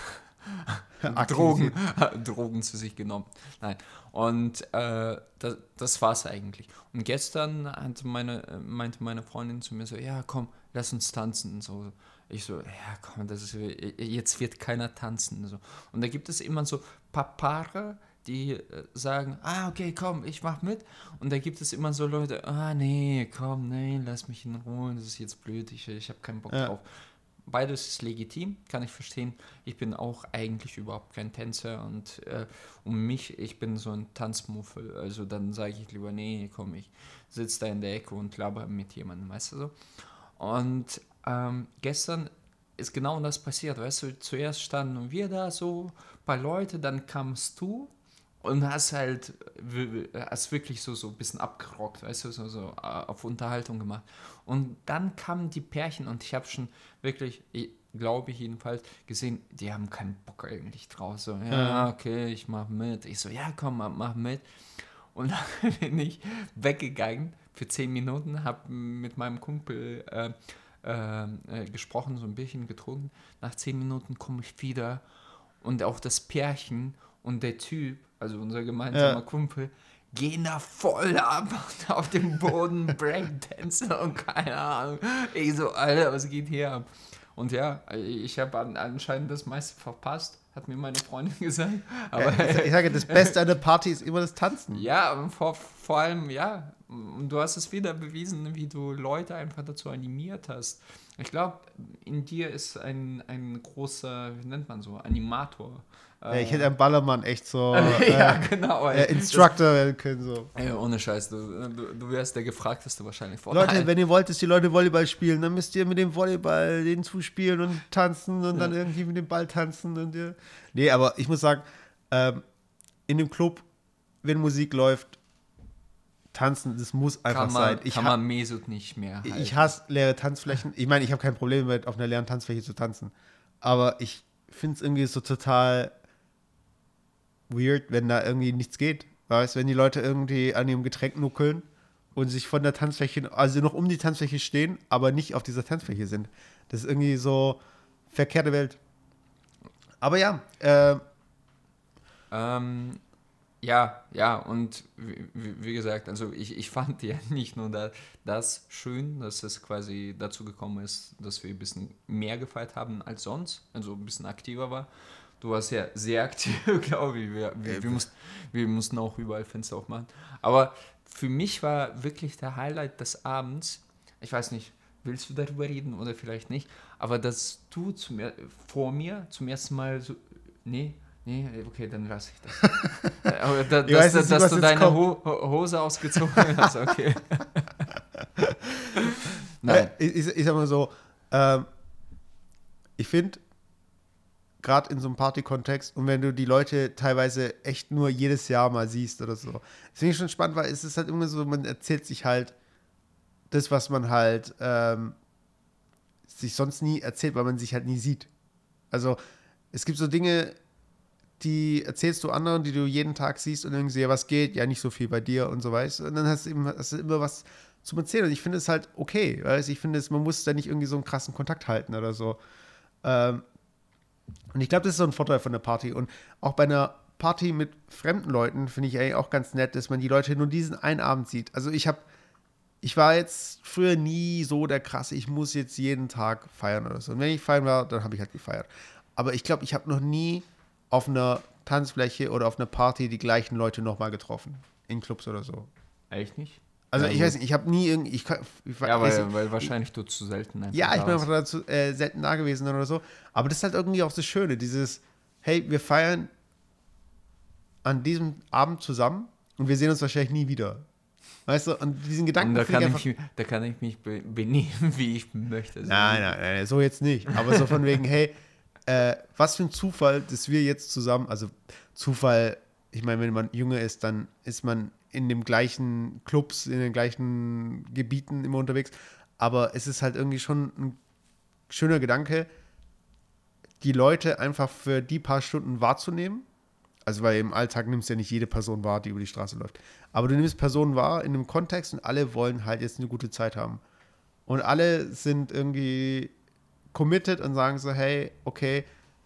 Drogen, Drogen zu sich genommen. Nein. Und äh, das, das war es eigentlich. Und gestern hatte meine, meinte meine Freundin zu mir so, ja komm, lass uns tanzen. So. Ich so, ja komm, das ist, jetzt wird keiner tanzen. So. Und da gibt es immer so ein paar Paare, die äh, sagen, ah okay, komm, ich mach mit. Und da gibt es immer so Leute, ah nee, komm, nee, lass mich in Ruhe, das ist jetzt blöd, ich, ich habe keinen Bock Ja. drauf. Beides ist legitim, kann ich verstehen. Ich bin auch eigentlich überhaupt kein Tänzer und äh, um mich, ich bin so ein Tanzmuffel. Also dann sage ich lieber, nee, komm, ich sitze da in der Ecke und laber mit jemandem, weißt du so. Und ähm, gestern ist genau das passiert, weißt du, zuerst standen wir da so, ein paar Leute, dann kamst du und hast halt, w- w- hast wirklich so, so ein bisschen abgerockt, weißt du, so, so äh, auf Unterhaltung gemacht. Und dann kamen die Pärchen und ich habe schon wirklich, ich glaube ich jedenfalls, gesehen, die haben keinen Bock eigentlich drauf. So, ja, Ja. okay, ich mach mit. Ich so, ja, komm, mach- mach mit. Und dann bin ich weggegangen für zehn Minuten, habe mit meinem Kumpel äh, äh, äh, gesprochen, so ein Bierchen getrunken. Nach zehn Minuten komme ich wieder und auch das Pärchen und der Typ, also unser gemeinsamer Ja. Kumpel, gehen da voll ab und auf dem Boden Breakdancen und keine Ahnung. Ich so, Alter, was geht hier ab? Und ja, ich habe an, anscheinend das meiste verpasst, hat mir meine Freundin gesagt. Aber ich, ich sage, das Beste an der Party ist immer das Tanzen. ja, aber vor, vor allem, ja, und du hast es wieder bewiesen, wie du Leute einfach dazu animiert hast. Ich glaube, in dir ist ein, ein großer, wie nennt man so, Animator. Ja, ich hätte am Ballermann echt so ja, äh, genau. äh, Instructor werden können. So. Ey, ohne Scheiß, du, du, du wärst der Gefragteste wahrscheinlich vor Leute, allen. wenn ihr wollt, dass die Leute Volleyball spielen, dann müsst ihr mit dem Volleyball denen zuspielen und tanzen und dann irgendwie mit dem Ball tanzen. Und ja. Nee, aber ich muss sagen, ähm, in dem Club, wenn Musik läuft, tanzen, das muss einfach kann man, sein. Ich, kann ha man Mesut nicht mehr halten. ich hasse leere Tanzflächen. Ich meine, ich habe kein Problem mit, auf einer leeren Tanzfläche zu tanzen. Aber ich finde es irgendwie so total weird, wenn da irgendwie nichts geht. Weißt du, wenn die Leute irgendwie an ihrem Getränk nuckeln und sich von der Tanzfläche, also noch um die Tanzfläche stehen, aber nicht auf dieser Tanzfläche sind. Das ist irgendwie so verkehrte Welt. Aber ja, äh, Ähm, ja, ja, und wie, wie wie gesagt, also ich, ich fand ja nicht nur da, das schön, dass es quasi dazu gekommen ist, dass wir ein bisschen mehr gefeiert haben als sonst, also ein bisschen aktiver war. Du warst ja sehr aktiv, glaube ich. Wir, wir, wir, mussten, wir mussten auch überall Fenster aufmachen. Aber für mich war wirklich der Highlight des Abends, ich weiß nicht, willst du darüber reden oder vielleicht nicht? Aber dass du zum, vor mir zum ersten Mal so, nee, nee, okay, dann lasse ich das. Aber da, Ich dass, weiß nicht, dass was du jetzt deine kommt. Ho Hose ausgezogen hast, okay. Nein. Äh, ich, ich sag mal so, ähm, ich finde, gerade in so einem Party-Kontext und wenn du die Leute teilweise echt nur jedes Jahr mal siehst oder so, das finde ich schon spannend, weil es ist halt immer so, man erzählt sich halt das, was man halt ähm, sich sonst nie erzählt, weil man sich halt nie sieht. Also es gibt so Dinge, die erzählst du anderen, die du jeden Tag siehst und irgendwie, ja, was geht? Ja, nicht so viel bei dir und so weiter. Und dann hast du, eben, hast du immer was zum Erzählen. Und ich finde es halt okay, weißt? Ich finde es, man muss da nicht irgendwie so einen krassen Kontakt halten oder so. Ähm, und ich glaube, das ist so ein Vorteil von der Party. Und auch bei einer Party mit fremden Leuten finde ich eigentlich auch ganz nett, dass man die Leute nur diesen einen Abend sieht. Also ich habe, ich war jetzt früher nie so der krasse, ich muss jetzt jeden Tag feiern oder so. Und wenn ich feiern war, dann habe ich halt gefeiert. Aber ich glaube, ich habe noch nie auf einer Tanzfläche oder auf einer Party die gleichen Leute nochmal getroffen. In Clubs oder so. Echt nicht? Also Ja, ich gut. weiß nicht, ich habe nie irgendwie, ich, kann- ich Ja, weiß weil, nicht, weil wahrscheinlich du zu selten einfach ja, ich da bin warst. einfach dazu äh, selten da gewesen oder so. Aber das ist halt irgendwie auch das Schöne, dieses, hey, wir feiern an diesem Abend zusammen und wir sehen uns wahrscheinlich nie wieder. Weißt du, und diesen Und Gedanken da finde kann, ich einfach, ich, da kann ich mich be benehmen, wie ich möchte. Also, nein, nein, nein, so jetzt nicht. Aber so von wegen, hey, äh, was für ein Zufall, dass wir jetzt zusammen, also Zufall, ich meine, wenn man jünger ist, dann ist man in den gleichen Clubs, in den gleichen Gebieten immer unterwegs. Aber es ist halt irgendwie schon ein schöner Gedanke, die Leute einfach für die paar Stunden wahrzunehmen. Also, weil im Alltag nimmst du ja nicht jede Person wahr, die über die Straße läuft. Aber du nimmst Personen wahr in einem Kontext und alle wollen halt jetzt eine gute Zeit haben. Und alle sind irgendwie committed und sagen so, hey, okay,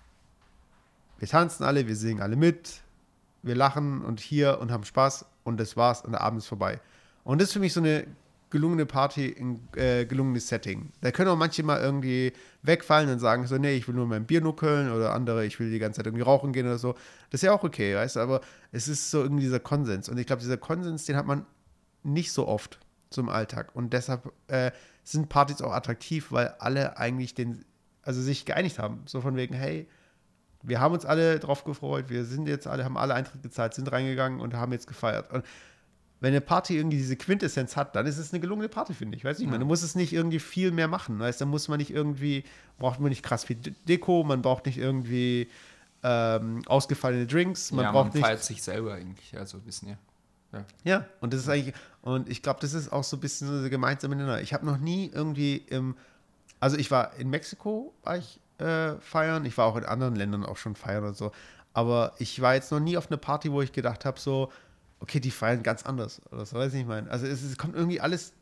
wir tanzen alle, wir singen alle mit, wir lachen und hier und haben Spaß und das war's und der Abend ist vorbei. Und das ist für mich so eine gelungene Party, ein äh, gelungenes Setting. Da können auch manche mal irgendwie wegfallen und sagen so, nee, ich will nur mein Bier nuckeln oder andere, ich will die ganze Zeit irgendwie rauchen gehen oder so. Das ist ja auch okay, weißt du, aber es ist so irgendwie dieser Konsens. Und ich glaube, dieser Konsens, den hat man nicht so oft zum Alltag. Und deshalb äh, sind Partys auch attraktiv, weil alle eigentlich den, also sich geeinigt haben. So von wegen, hey, wir haben uns alle drauf gefreut, wir sind jetzt alle, haben alle Eintritt gezahlt, sind reingegangen und haben jetzt gefeiert. Und wenn eine Party irgendwie diese Quintessenz hat, dann ist es eine gelungene Party, finde ich. Weiß nicht, Ja. man muss es nicht irgendwie viel mehr machen. Weißt, dann muss man nicht irgendwie, braucht man nicht krass viel Deko, man braucht nicht irgendwie ähm, ausgefallene Drinks, man ja, braucht man nicht. feiert sich selber eigentlich, also ein bisschen, ja. Ja. Ja, und das ist eigentlich, und ich glaube, das ist auch so ein bisschen so der gemeinsame Nenner. Ich habe noch nie irgendwie im, also ich war in Mexiko, war ich äh, feiern, ich war auch in anderen Ländern auch schon feiern und so, aber ich war jetzt noch nie auf einer Party, wo ich gedacht habe, so, okay, die feiern ganz anders oder so, weiß ich nicht, mein. Also es, es kommt irgendwie alles,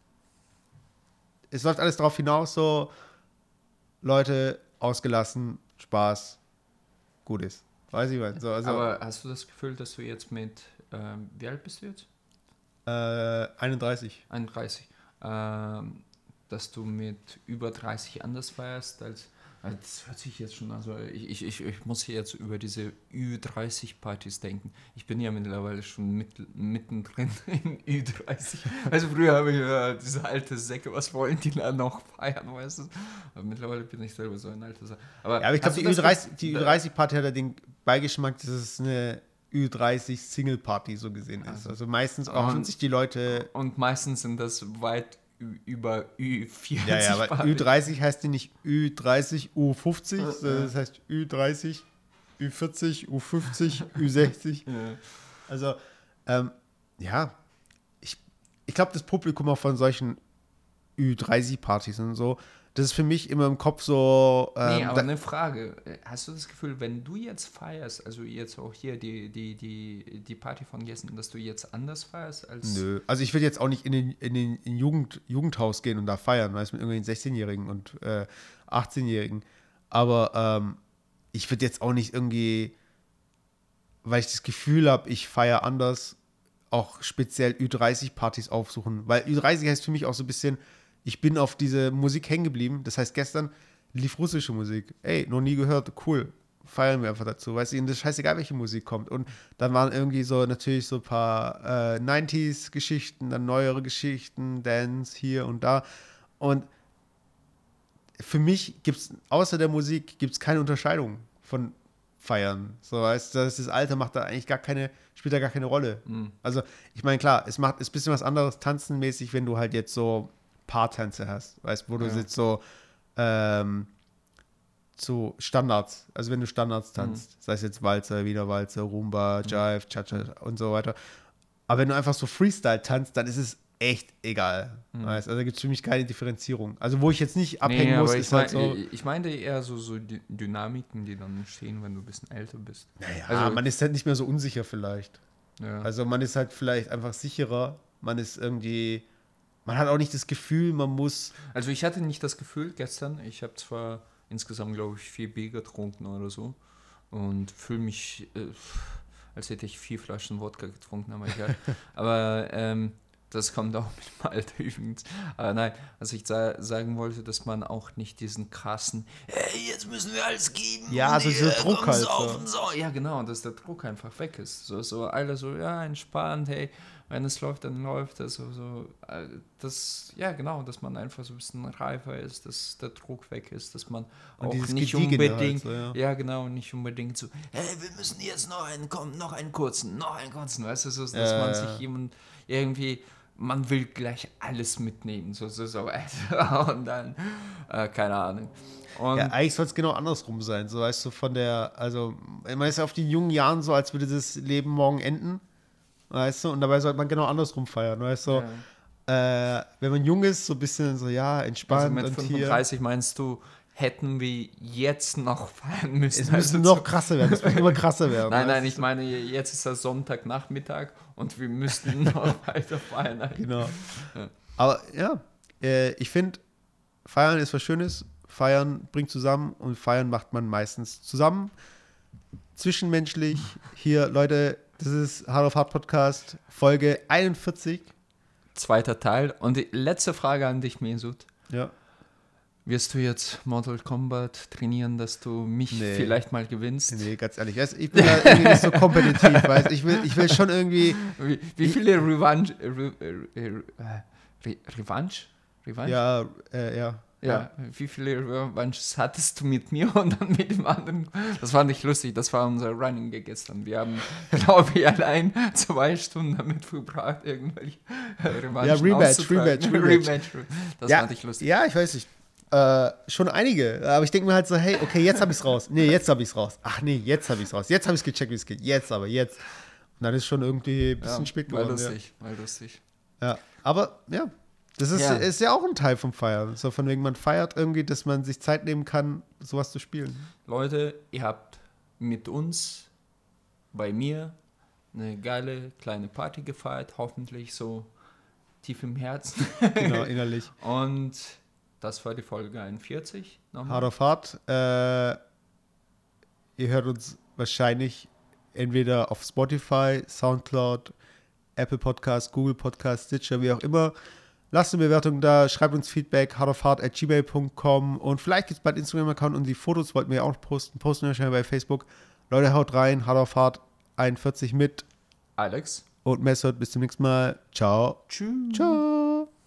es läuft alles darauf hinaus, so, Leute, ausgelassen, Spaß, gut ist. Weiß ich, mein. So, also, Aber hast du das Gefühl, dass du jetzt mit, ähm, wie alt bist du jetzt? äh, einunddreißig. einunddreißig. Ähm, dass du mit über dreißig anders feierst als, also das hört sich jetzt schon, also ich, ich, ich, ich muss hier jetzt über diese Ü dreißig Partys denken. Ich bin ja mittlerweile schon mit, mittendrin in Ü dreißig. Also früher habe ich ja diese alte Säcke, was wollen die da noch feiern, weißt du? Aber mittlerweile bin ich selber so ein alter Sack. Aber, Ja, aber ich glaube, hast die du das Ü dreißig, Ge- die Ü dreißig Party hat ja den Beigeschmack, dass es eine Ü dreißig Single Party so gesehen ist. Also- Also meistens rauchen Und- sich die Leute. Und meistens sind das weit ü- über Ü vierzig Ja, ja, aber Partys. Ü dreißig heißt die nicht Ü dreißig, U fünfzig, Ja, sondern ja. das heißt Ü dreißig, Ü vierzig, U fünfzig, Ü sechzig. Ja. Also, ähm, ja, ich, ich glaube, das Publikum auch von solchen Ü dreißig Partys und so, das ist für mich immer im Kopf so. Ähm, Nee, aber da, eine Frage. Hast du das Gefühl, wenn du jetzt feierst, also jetzt auch hier die, die, die, die Party von gestern, dass du jetzt anders feierst als. Nö, also ich will jetzt auch nicht in den, in den in Jugend, Jugendhaus gehen und da feiern, weißt du, mit irgendwelchen sechzehnjährigen und äh, achtzehnjährigen. Aber ähm, ich würde jetzt auch nicht irgendwie, weil ich das Gefühl habe, ich feiere anders, auch speziell Ü dreißig Partys aufsuchen. Weil Ü dreißig heißt für mich auch so ein bisschen, ich bin auf diese Musik hängen geblieben. Das heißt, gestern lief russische Musik. Ey, noch nie gehört, cool. Feiern wir einfach dazu. Weißt du, und das ist scheißegal, welche Musik kommt. Und dann waren irgendwie so natürlich so ein paar äh, neunziger-Geschichten, dann neuere Geschichten, Dance hier und da. Und für mich gibt es, außer der Musik, gibt es keine Unterscheidung von Feiern. So, weißt du, das Alter macht da eigentlich gar keine, spielt da gar keine Rolle. Mhm. Also, ich meine, klar, es macht, ist ein bisschen was anderes tanzenmäßig, wenn du halt jetzt so Paartänze hast, weißt, wo du Ja. jetzt so, ähm, so Standards, also wenn du Standards tanzt, Mhm. sei es jetzt Walzer, Wiener Walzer, Rumba, Jive, Cha-Cha und so weiter. Aber wenn du einfach so Freestyle tanzt, dann ist es echt egal. Mhm. Weißt? Also da gibt es für mich keine Differenzierung. Also wo ich jetzt nicht abhängen Nee, muss, aber ist ich, halt mein, so, ich ich meinte eher so, so Dy- Dynamiken, die dann entstehen, wenn du ein bisschen älter bist. naja, also- man ist halt nicht mehr so unsicher vielleicht. Ja. Also man ist halt vielleicht einfach sicherer, man ist irgendwie, man hat auch nicht das Gefühl, man muss, Also ich hatte nicht das Gefühl gestern, ich habe zwar insgesamt, glaube ich, vier Bier getrunken oder so und fühle mich, äh, als hätte ich vier Flaschen Wodka getrunken, aber egal. aber ähm, das kommt auch mit dem Alter übrigens. Aber nein, was ich sa- sagen wollte, dass man auch nicht diesen krassen, hey, jetzt müssen wir alles geben. Ja, und also dieser hier, Druck komm, halt, saufen, so. Ja, genau, dass der Druck einfach weg ist. So, so alle so, ja, entspannt, hey, wenn es läuft, dann läuft es. So, so, äh, das, ja, genau, dass man einfach so ein bisschen reifer ist, dass der Druck weg ist, dass man Und auch dieses nicht Gediegene unbedingt, halt so, ja. ja. genau, nicht unbedingt so, hey, wir müssen jetzt noch einen, komm, noch einen kurzen, noch einen kurzen, weißt du, so, dass Ja, man ja. sich jemand irgendwie, man will gleich alles mitnehmen, so, so, so, und dann, äh, keine Ahnung. Und ja, eigentlich soll es genau andersrum sein, so weißt du, von der, also man ist ja auf den jungen Jahren so, als würde das Leben morgen enden, weißt du, und dabei sollte man genau andersrum feiern, weißt du, äh, wenn man jung ist, so ein bisschen so, ja, entspannt also mit und hier. fünfunddreißig meinst du, hätten wir jetzt noch feiern müssen? Es müssen Also noch krasser werden, es muss immer krasser werden. Nein, nein, weißt ich meine, jetzt ist das Sonntagnachmittag und wir müssten noch weiter feiern. du? Genau. Ja. Aber ja, äh, ich finde, Feiern ist was Schönes, Feiern bringt zusammen und Feiern macht man meistens zusammen. Zwischenmenschlich, hier, Leute, das ist Hard of Hard Podcast, Folge einundvierzig. Zweiter Teil. Und die letzte Frage an dich, Mesut. Ja. Wirst du jetzt Mortal Kombat trainieren, dass du mich Nee. vielleicht mal gewinnst? Nee, ganz ehrlich, weißt, ich bin da irgendwie nicht so kompetitiv, weißt, ich will, ich will schon irgendwie, Wie, wie viele Revanche, Re, Re, Re, Revanche? Revanche? ja, äh, ja. Ja, wie viele Revanches hattest du mit mir und dann mit dem anderen? Das war nicht lustig, das war unser Running Gag gestern. Wir haben, glaube ich, allein zwei Stunden damit verbracht, irgendwelche Revanchen Ja, Rematch, auszutragen. Rematch, Rematch. Rematch. Das ja, fand ich lustig. Ja, ich weiß nicht. Äh, schon einige. Aber ich denke mir halt so, hey, okay, jetzt habe ich es raus. Nee, jetzt habe ich es raus. Ach nee, jetzt habe ich es raus. Jetzt habe ich es gecheckt, wie es geht. Jetzt aber, jetzt. Und dann ist schon irgendwie ein bisschen Ja, spät war geworden. lustig, war lustig. Ja. ja, aber ja, das ist Ja. ja. ist ja auch ein Teil vom Feiern. So von wegen, man feiert irgendwie, dass man sich Zeit nehmen kann, sowas zu spielen. Leute, ihr habt mit uns, bei mir, eine geile kleine Party gefeiert, hoffentlich so tief im Herzen. Genau, innerlich. Und das war die Folge einundvierzig. Nochmal. Hard of Hard. Äh, ihr hört uns wahrscheinlich entweder auf Spotify, Soundcloud, Apple Podcast, Google Podcast, Stitcher, wie auch immer. Lasst eine Bewertung da, schreibt uns Feedback, hardofhard at gmail punkt com und vielleicht gibt es bald einen Instagram-Account und die Fotos wollten wir ja auch posten. Posten wir schnell bei Facebook. Leute, haut rein, Hard of Hard einundvierzig mit Alex. und Mesut. Bis zum nächsten Mal. Ciao. Tschüss. Ciao.